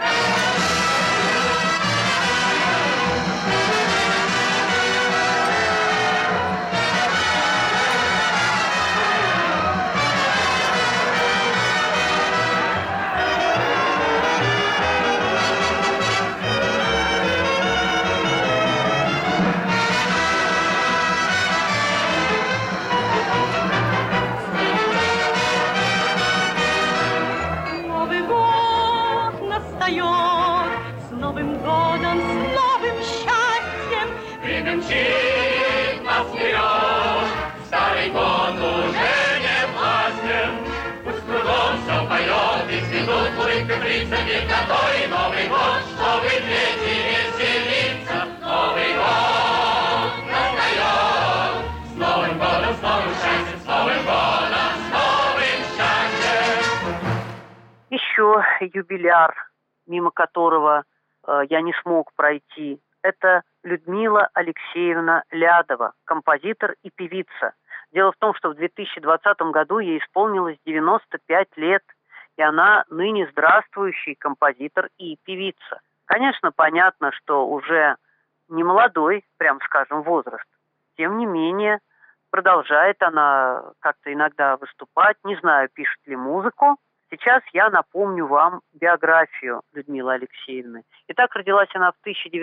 С Новым годом, с новым счастьем. Время мчит нас вперед, старый год уже не властен. Пусть кругом все поет, и цветут улыбкой в лицах, ведь на то и Новый год, чтобы дети веселиться. Новый год настает, с Новым годом, с новым счастьем, с Новым годом, с новым счастьем. Еще юбиляр, мимо которого я не смог пройти, это Людмила Алексеевна Лядова, композитор и певица. Дело в том, что в 2020 году ей исполнилось 95 лет, и она ныне здравствующий композитор и певица. Конечно, понятно, что уже не молодой, прям скажем, возраст. Тем не менее, продолжает она как-то иногда выступать, не знаю, пишет ли музыку. Сейчас я напомню вам биографию Людмилы Алексеевны. Итак, родилась она в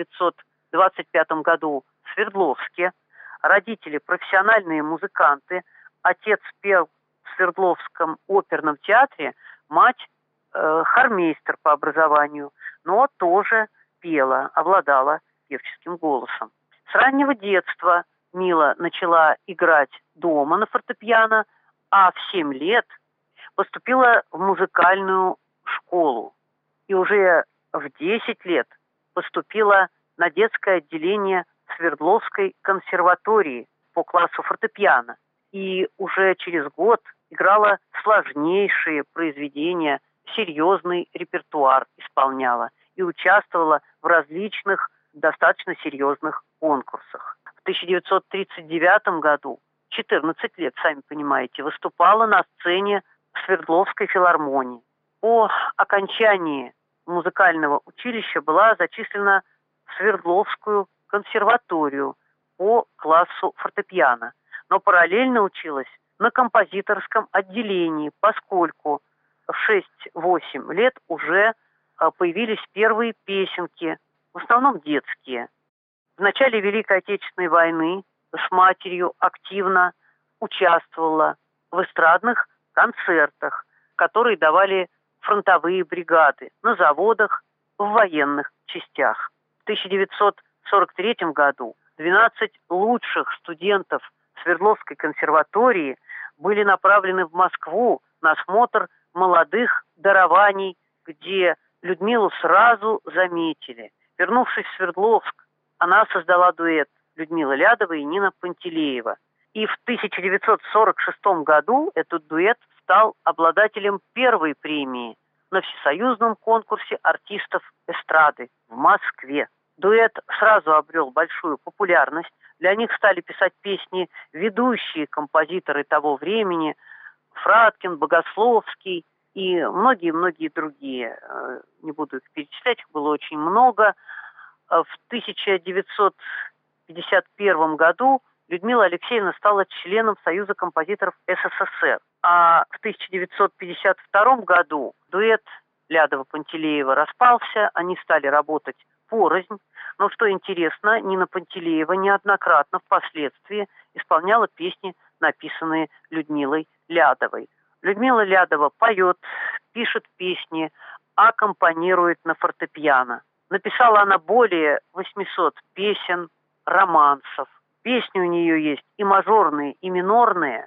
1925 году в Свердловске. Родители – профессиональные музыканты. Отец пел в Свердловском оперном театре, мать хормейстер по образованию, но тоже пела, обладала певческим голосом. С раннего детства Мила начала играть дома на фортепиано, а в 7 лет поступила в музыкальную школу. И уже в 10 лет поступила на детское отделение Свердловской консерватории по классу фортепиано. И уже через год играла сложнейшие произведения, серьезный репертуар исполняла и участвовала в различных достаточно серьезных конкурсах. В 1939 году, 14 лет, сами понимаете, выступала на сцене в Свердловской филармонии. По окончании музыкального училища была зачислена в Свердловскую консерваторию по классу фортепиано, но параллельно училась на композиторском отделении, поскольку в 6-8 лет уже появились первые песенки, в основном детские. В начале Великой Отечественной войны с матерью активно участвовала в эстрадных концертах. которые давали фронтовые бригады на заводах, в военных частях. В 1943 году 12 лучших студентов Свердловской консерватории были направлены в Москву на осмотр молодых дарований, где Людмилу сразу заметили. Вернувшись в Свердловск, она создала дуэт Людмила Лядова и Нина Пантелеева. И в 1946 году этот дуэт стал обладателем первой премии на всесоюзном конкурсе артистов эстрады в Москве. Дуэт сразу обрел большую популярность. Для них стали писать песни ведущие композиторы того времени: Фраткин, Богословский и многие-многие другие. Не буду их перечислять, их было очень много. В 1951 году Людмила Алексеевна стала членом Союза композиторов СССР. А в 1952 году дуэт Лядова-Пантелеева распался, они стали работать порознь. Но что интересно, Нина Пантелеева неоднократно впоследствии исполняла песни, написанные Людмилой Лядовой. Людмила Лядова поет, пишет песни, аккомпанирует на фортепиано. Написала она более 800 песен, романсов. Песни у нее есть и мажорные, и минорные,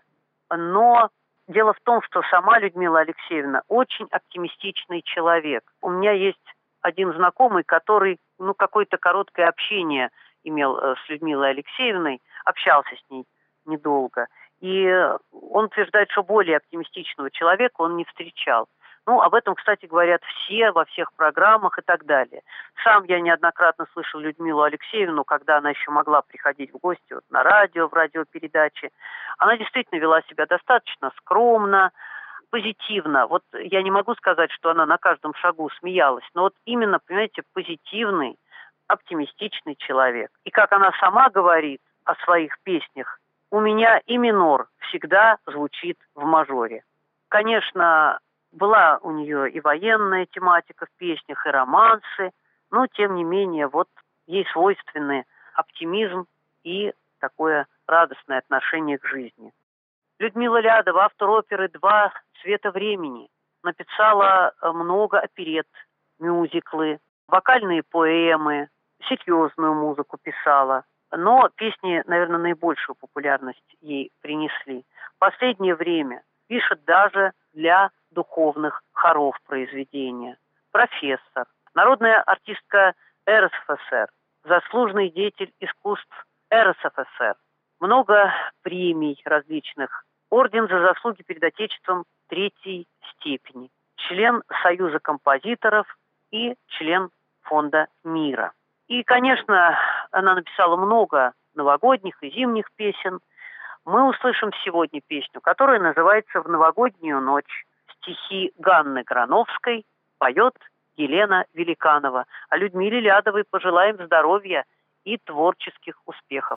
но дело в том, что сама Людмила Алексеевна очень оптимистичный человек. У меня есть один знакомый, который, какое-то короткое общение имел с Людмилой Алексеевной, общался с ней недолго. И он утверждает, что более оптимистичного человека он не встречал. Об этом, кстати, говорят все, во всех программах и так далее. Сам я неоднократно слышал Людмилу Алексеевну, когда она еще могла приходить в гости на радио, в радиопередаче. Она действительно вела себя достаточно скромно, позитивно. Я не могу сказать, что она на каждом шагу смеялась, но именно, понимаете, позитивный, оптимистичный человек. И как она сама говорит о своих песнях, у меня и минор всегда звучит в мажоре. Конечно, была у нее и военная тематика в песнях, и романсы, но, тем не менее, ей свойственны оптимизм и такое радостное отношение к жизни. Людмила Лядова, автор оперы «Два цвета времени», написала много оперет, мюзиклы, вокальные поэмы, серьезную музыку писала. Но песни, наверное, наибольшую популярность ей принесли. В последнее время пишет даже для духовных хоров произведения. Профессор, народная артистка РСФСР, заслуженный деятель искусств РСФСР, много премий различных, орден за заслуги перед Отечеством 3-й степени, член Союза композиторов и член Фонда мира. И, конечно, она написала много новогодних и зимних песен. Мы услышим сегодня песню, которая называется «В новогоднюю ночь». Стихи Ганны Грановской поет Елена Великанова. А Людмиле Лядовой пожелаем здоровья и творческих успехов.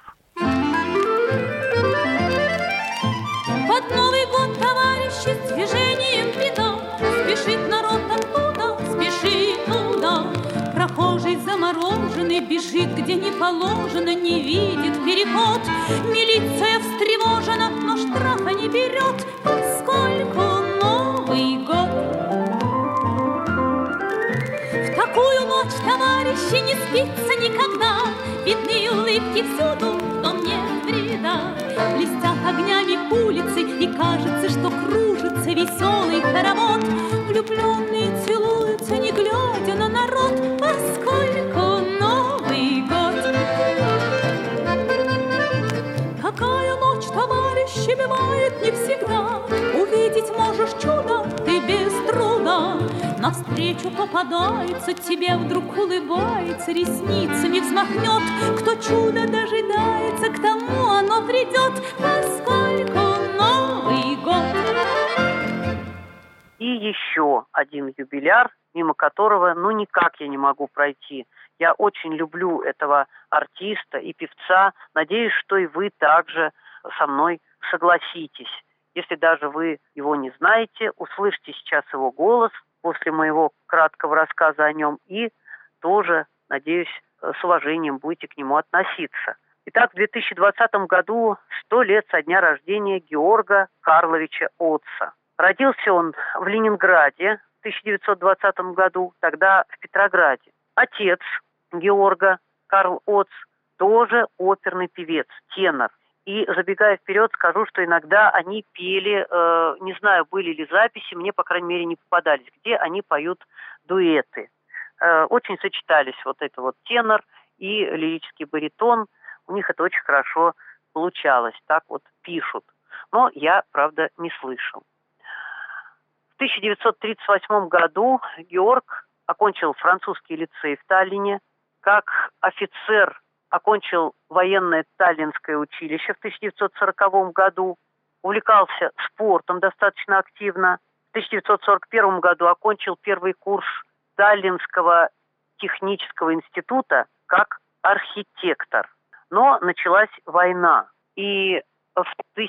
Под Новый год, товарищи, с движением беда. Спешит народ оттуда, спешит туда. Прохожий замороженный бежит, где не положено, не видит переход. Милиция встревожена, но штрафа не берет, поскольку Новый год. В такую ночь, товарищи, не спится никогда. Видны улыбки всюду, но нет вреда. Блестят огнями улицы, и кажется, что кружится веселый хоровод. Влюбленные целуются, не глядя на народ, поскольку Новый год. Такая ночь, товарищи, бывает не всегда. Увидеть можешь чудо ты без труда. Навстречу попадается, тебе вдруг улыбается, ресницами взмахнет. Кто чудо дожидается, к тому оно придет, поскольку Новый год. И еще один юбиляр, мимо которого, никак я не могу пройти. Я очень люблю этого артиста и певца. Надеюсь, что и вы также со мной согласитесь. Если даже вы его не знаете, услышьте сейчас его голос после моего краткого рассказа о нем и тоже, надеюсь, с уважением будете к нему относиться. Итак, в 2020 году 100 лет со дня рождения Георга Карловича Отца. Родился он в Ленинграде в 1920 году, тогда в Петрограде. Отец Георга, Карл Оц, тоже оперный певец, тенор. И, забегая вперед, скажу, что иногда они пели, не знаю, были ли записи, мне, по крайней мере, не попадались, где они поют дуэты. Очень сочетались вот это вот тенор и лирический баритон. У них это очень хорошо получалось, так вот пишут. Но я, правда, не слышал. В 1938 году Георг окончил французский лицей в Таллине. Как офицер окончил военное Таллинское училище в 1940 году. Увлекался спортом достаточно активно. В 1941 году окончил первый курс Таллинского технического института как архитектор. Но началась война. И в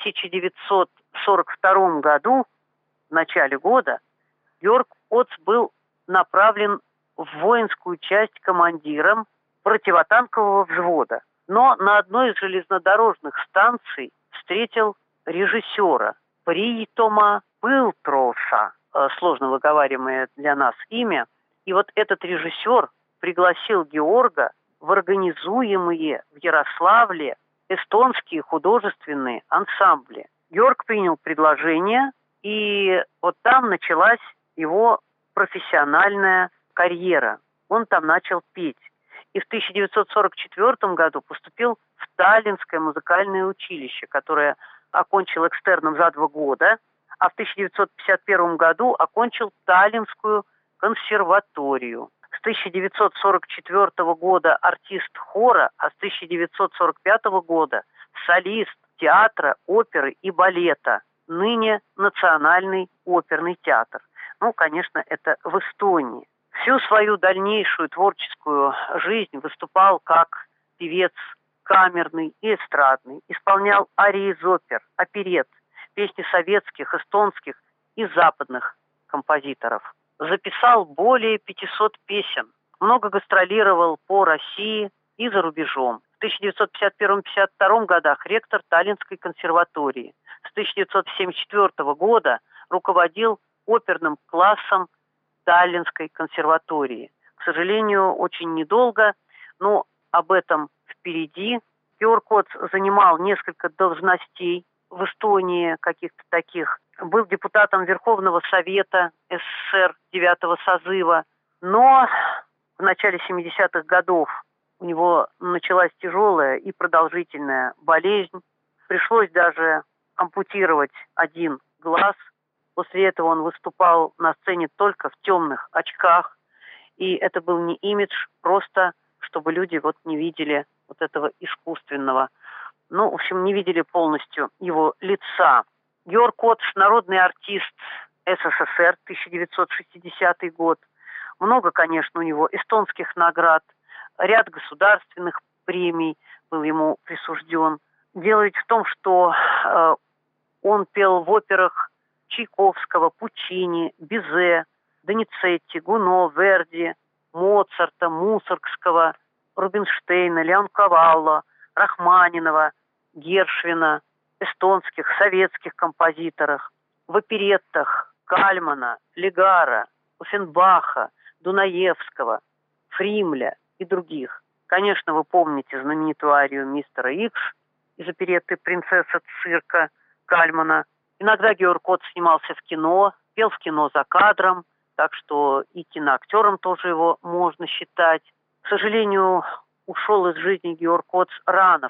1942 году, в начале года, Георг Оц был направлен в воинскую часть командиром противотанкового взвода. Но на одной из железнодорожных станций встретил режиссера Притома Пылтроса, сложно выговариваемое для нас имя. И вот этот режиссер пригласил Георга в организуемые в Ярославле эстонские художественные ансамбли. Георг принял предложение, и вот там началась его профессиональная карьера. Он там начал петь. И в 1944 году поступил в Таллинское музыкальное училище, которое окончил экстерном за 2 года, а в 1951 году окончил Таллинскую консерваторию. С 1944 года артист хора, а с 1945 года солист театра, оперы и балета, ныне Национальный оперный театр. Ну, конечно, это в Эстонии. Всю свою дальнейшую творческую жизнь выступал как певец камерный и эстрадный, исполнял арии из опер, оперет, песни советских, эстонских и западных композиторов. Записал более 500 песен, много гастролировал по России и за рубежом. В 1951-1952 годах ректор Таллинской консерватории. С 1974 года руководил оперным классом Таллинской консерватории. К сожалению, очень недолго, но об этом впереди. Георг Оц занимал несколько должностей в Эстонии, каких-то таких. Был депутатом Верховного Совета СССР 9-го созыва. Но в начале 70-х годов у него началась тяжелая и продолжительная болезнь. Пришлось даже ампутировать один глаз. После этого он выступал на сцене только в темных очках. И это был не имидж, просто чтобы люди вот не видели вот этого искусственного. Ну, в общем, не видели полностью его лица. Георг Оц – народный артист СССР, 1960 год. Много, конечно, у него эстонских наград. Ряд государственных премий был ему присужден. Дело ведь в том, что он пел в операх Чайковского, Пуччини, Бизе, Доницетти, Гуно, Верди, Моцарта, Мусоргского, Рубинштейна, Леонкавалло, Рахманинова, Гершвина, эстонских, советских композиторах, в опереттах Кальмана, Легара, Оффенбаха, Дунаевского, Фримля и других. Конечно, вы помните знаменитую арию «Мистера Икс» из оперетты «Принцесса цирка» Кальмана. Иногда Георг Оц снимался в кино, пел в кино за кадром, так что и киноактером тоже его можно считать. К сожалению, ушел из жизни Георг Оц рано, в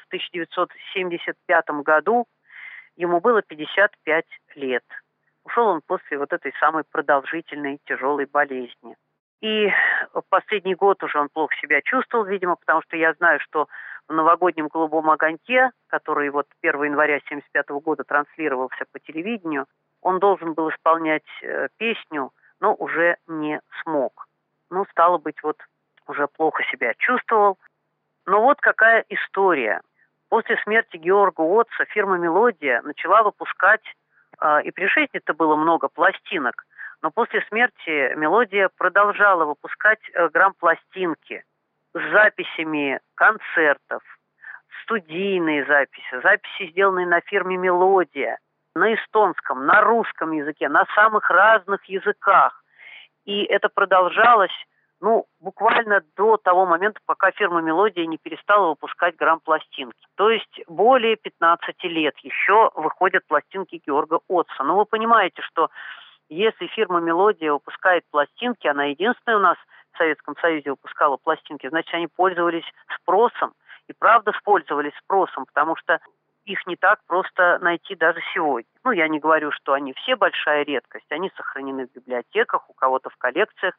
1975 году. Ему было 55 лет. Ушел он после вот этой самой продолжительной тяжелой болезни. И в последний год уже он плохо себя чувствовал, видимо, потому что я знаю, что в новогоднем «Голубом огоньке», который вот 1 января 1975 года транслировался по телевидению, он должен был исполнять песню, но уже не смог. Ну, стало быть, вот уже плохо себя чувствовал. Но вот какая история. После смерти Георга Отца фирма «Мелодия» начала выпускать, и при жизни-то было много пластинок, но после смерти «Мелодия» продолжала выпускать грампластинки с записями концертов, студийные записи, записи, сделанные на фирме «Мелодия». на эстонском, на русском языке, на самых разных языках. И это продолжалось, буквально до того момента, пока фирма «Мелодия» не перестала выпускать грамм-пластинки. То есть более 15 лет еще выходят пластинки Георга Отца. Но вы понимаете, что если фирма «Мелодия» выпускает пластинки, она единственная у нас в Советском Союзе выпускала пластинки, значит, они пользовались спросом. И правда пользовались спросом, потому что их не так просто найти даже сегодня. Я не говорю, что они все большая редкость, они сохранены в библиотеках, у кого-то в коллекциях,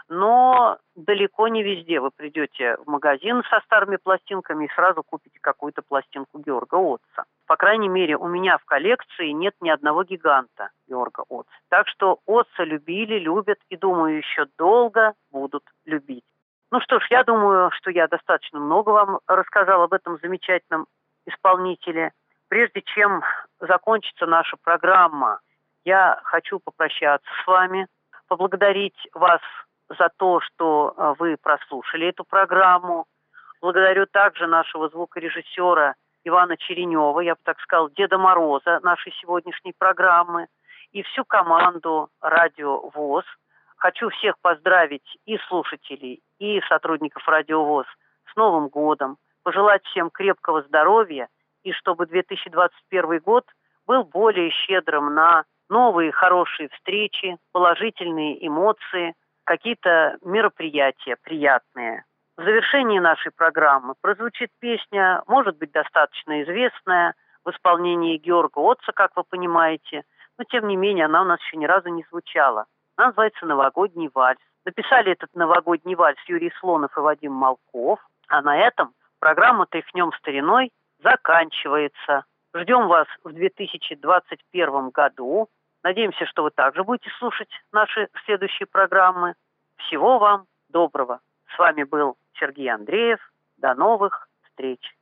но далеко не везде вы придете в магазин со старыми пластинками и сразу купите какую-то пластинку Георга Отца. По крайней мере, у меня в коллекции нет ни одного гиганта Георга Отца. Так что Отца любили, любят и, думаю, еще долго будут любить. Что ж, я думаю, что я достаточно много вам рассказал об этом замечательном исполнителе. Прежде чем закончится наша программа, я хочу попрощаться с вами, поблагодарить вас за то, что вы прослушали эту программу. Благодарю также нашего звукорежиссера Ивана Черенева, я бы так сказал, Деда Мороза нашей сегодняшней программы, и всю команду Радио ВОС. Хочу всех поздравить и слушателей, и сотрудников Радио ВОС с Новым годом, пожелать всем крепкого здоровья, и чтобы 2021 год был более щедрым на новые хорошие встречи, положительные эмоции, какие-то мероприятия приятные. В завершении нашей программы прозвучит песня, может быть, достаточно известная, в исполнении Георга Отца, как вы понимаете, но тем не менее она у нас еще ни разу не звучала. Она называется «Новогодний вальс». Написали этот новогодний вальс Юрий Слонов и Вадим Малков, а на этом программа «Тряхнем стариной» заканчивается. Ждем вас в 2021 году. Надеемся, что вы также будете слушать наши следующие программы. Всего вам доброго. С вами был Сергей Андреев. До новых встреч.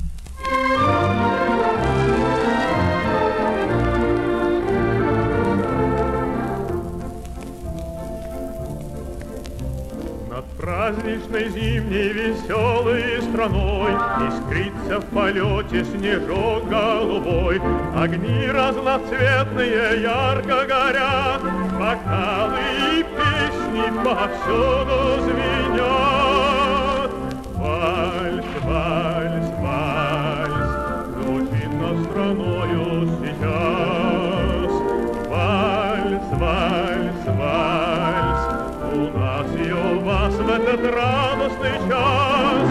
Над праздничной зимней веселой страной искрится в полете снежок голубой. Огни разноцветные ярко горят, бокалы и песни повсюду звенят. Вальс, вальс, вальс звучит над страною сейчас. Вальс, вальс, вальс у нас и у вас в этот радостный час.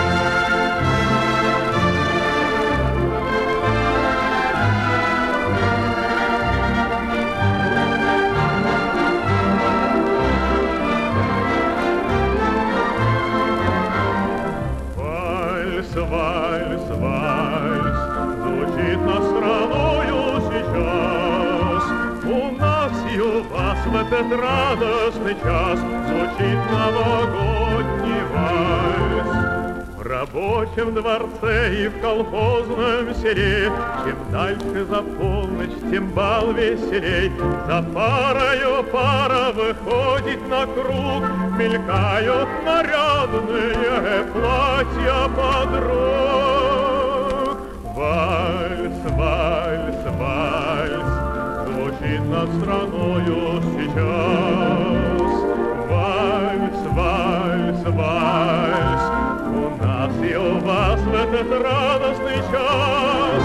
Вальс, вальс, вальс звучит над страною сейчас. У нас и у вас в этот радостный час звучит новогодний вальс. В рабочем дворце и в колхозном селе чем дальше за полночь, тем бал веселей. За парою пара выходит на круг, мелькают нарядные платья подруг. Вальс, вальс, вальс звучит над страною сейчас. Вальс, вальс, вальс у нас и у вас в этот радостный час.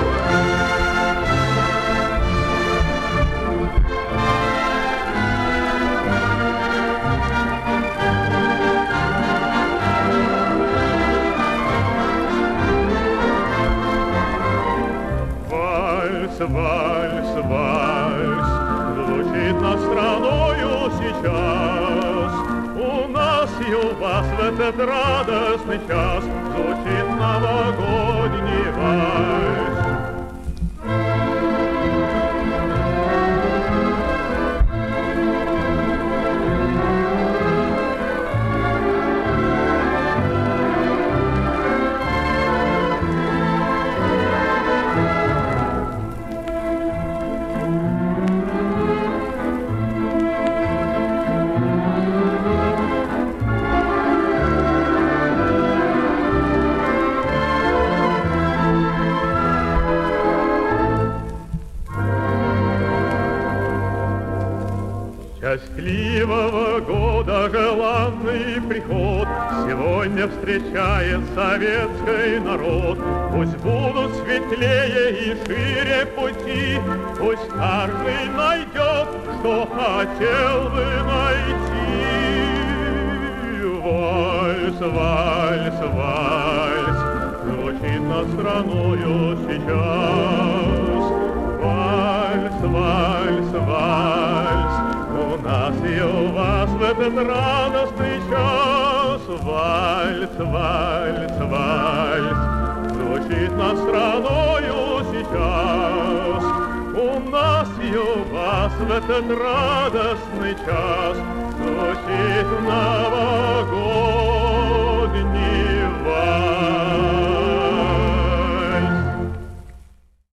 Вальс, вальс, вальс звучит над страною сейчас. У нас и у вас в этот радостный час звучит новогодний вальс. Счастливого года желанный приход сегодня встречает советский народ. Пусть будут светлее и шире пути, пусть каждый найдет, что хотел бы найти. Вальс, вальс, вальс звучит над страною сейчас. Вальс, вальс, вальс у нас и у вас в этот радостный час. Вальс, вальс, вальс звучит над страною сейчас. У нас и у вас в этот радостный час звучит новогодний вальс.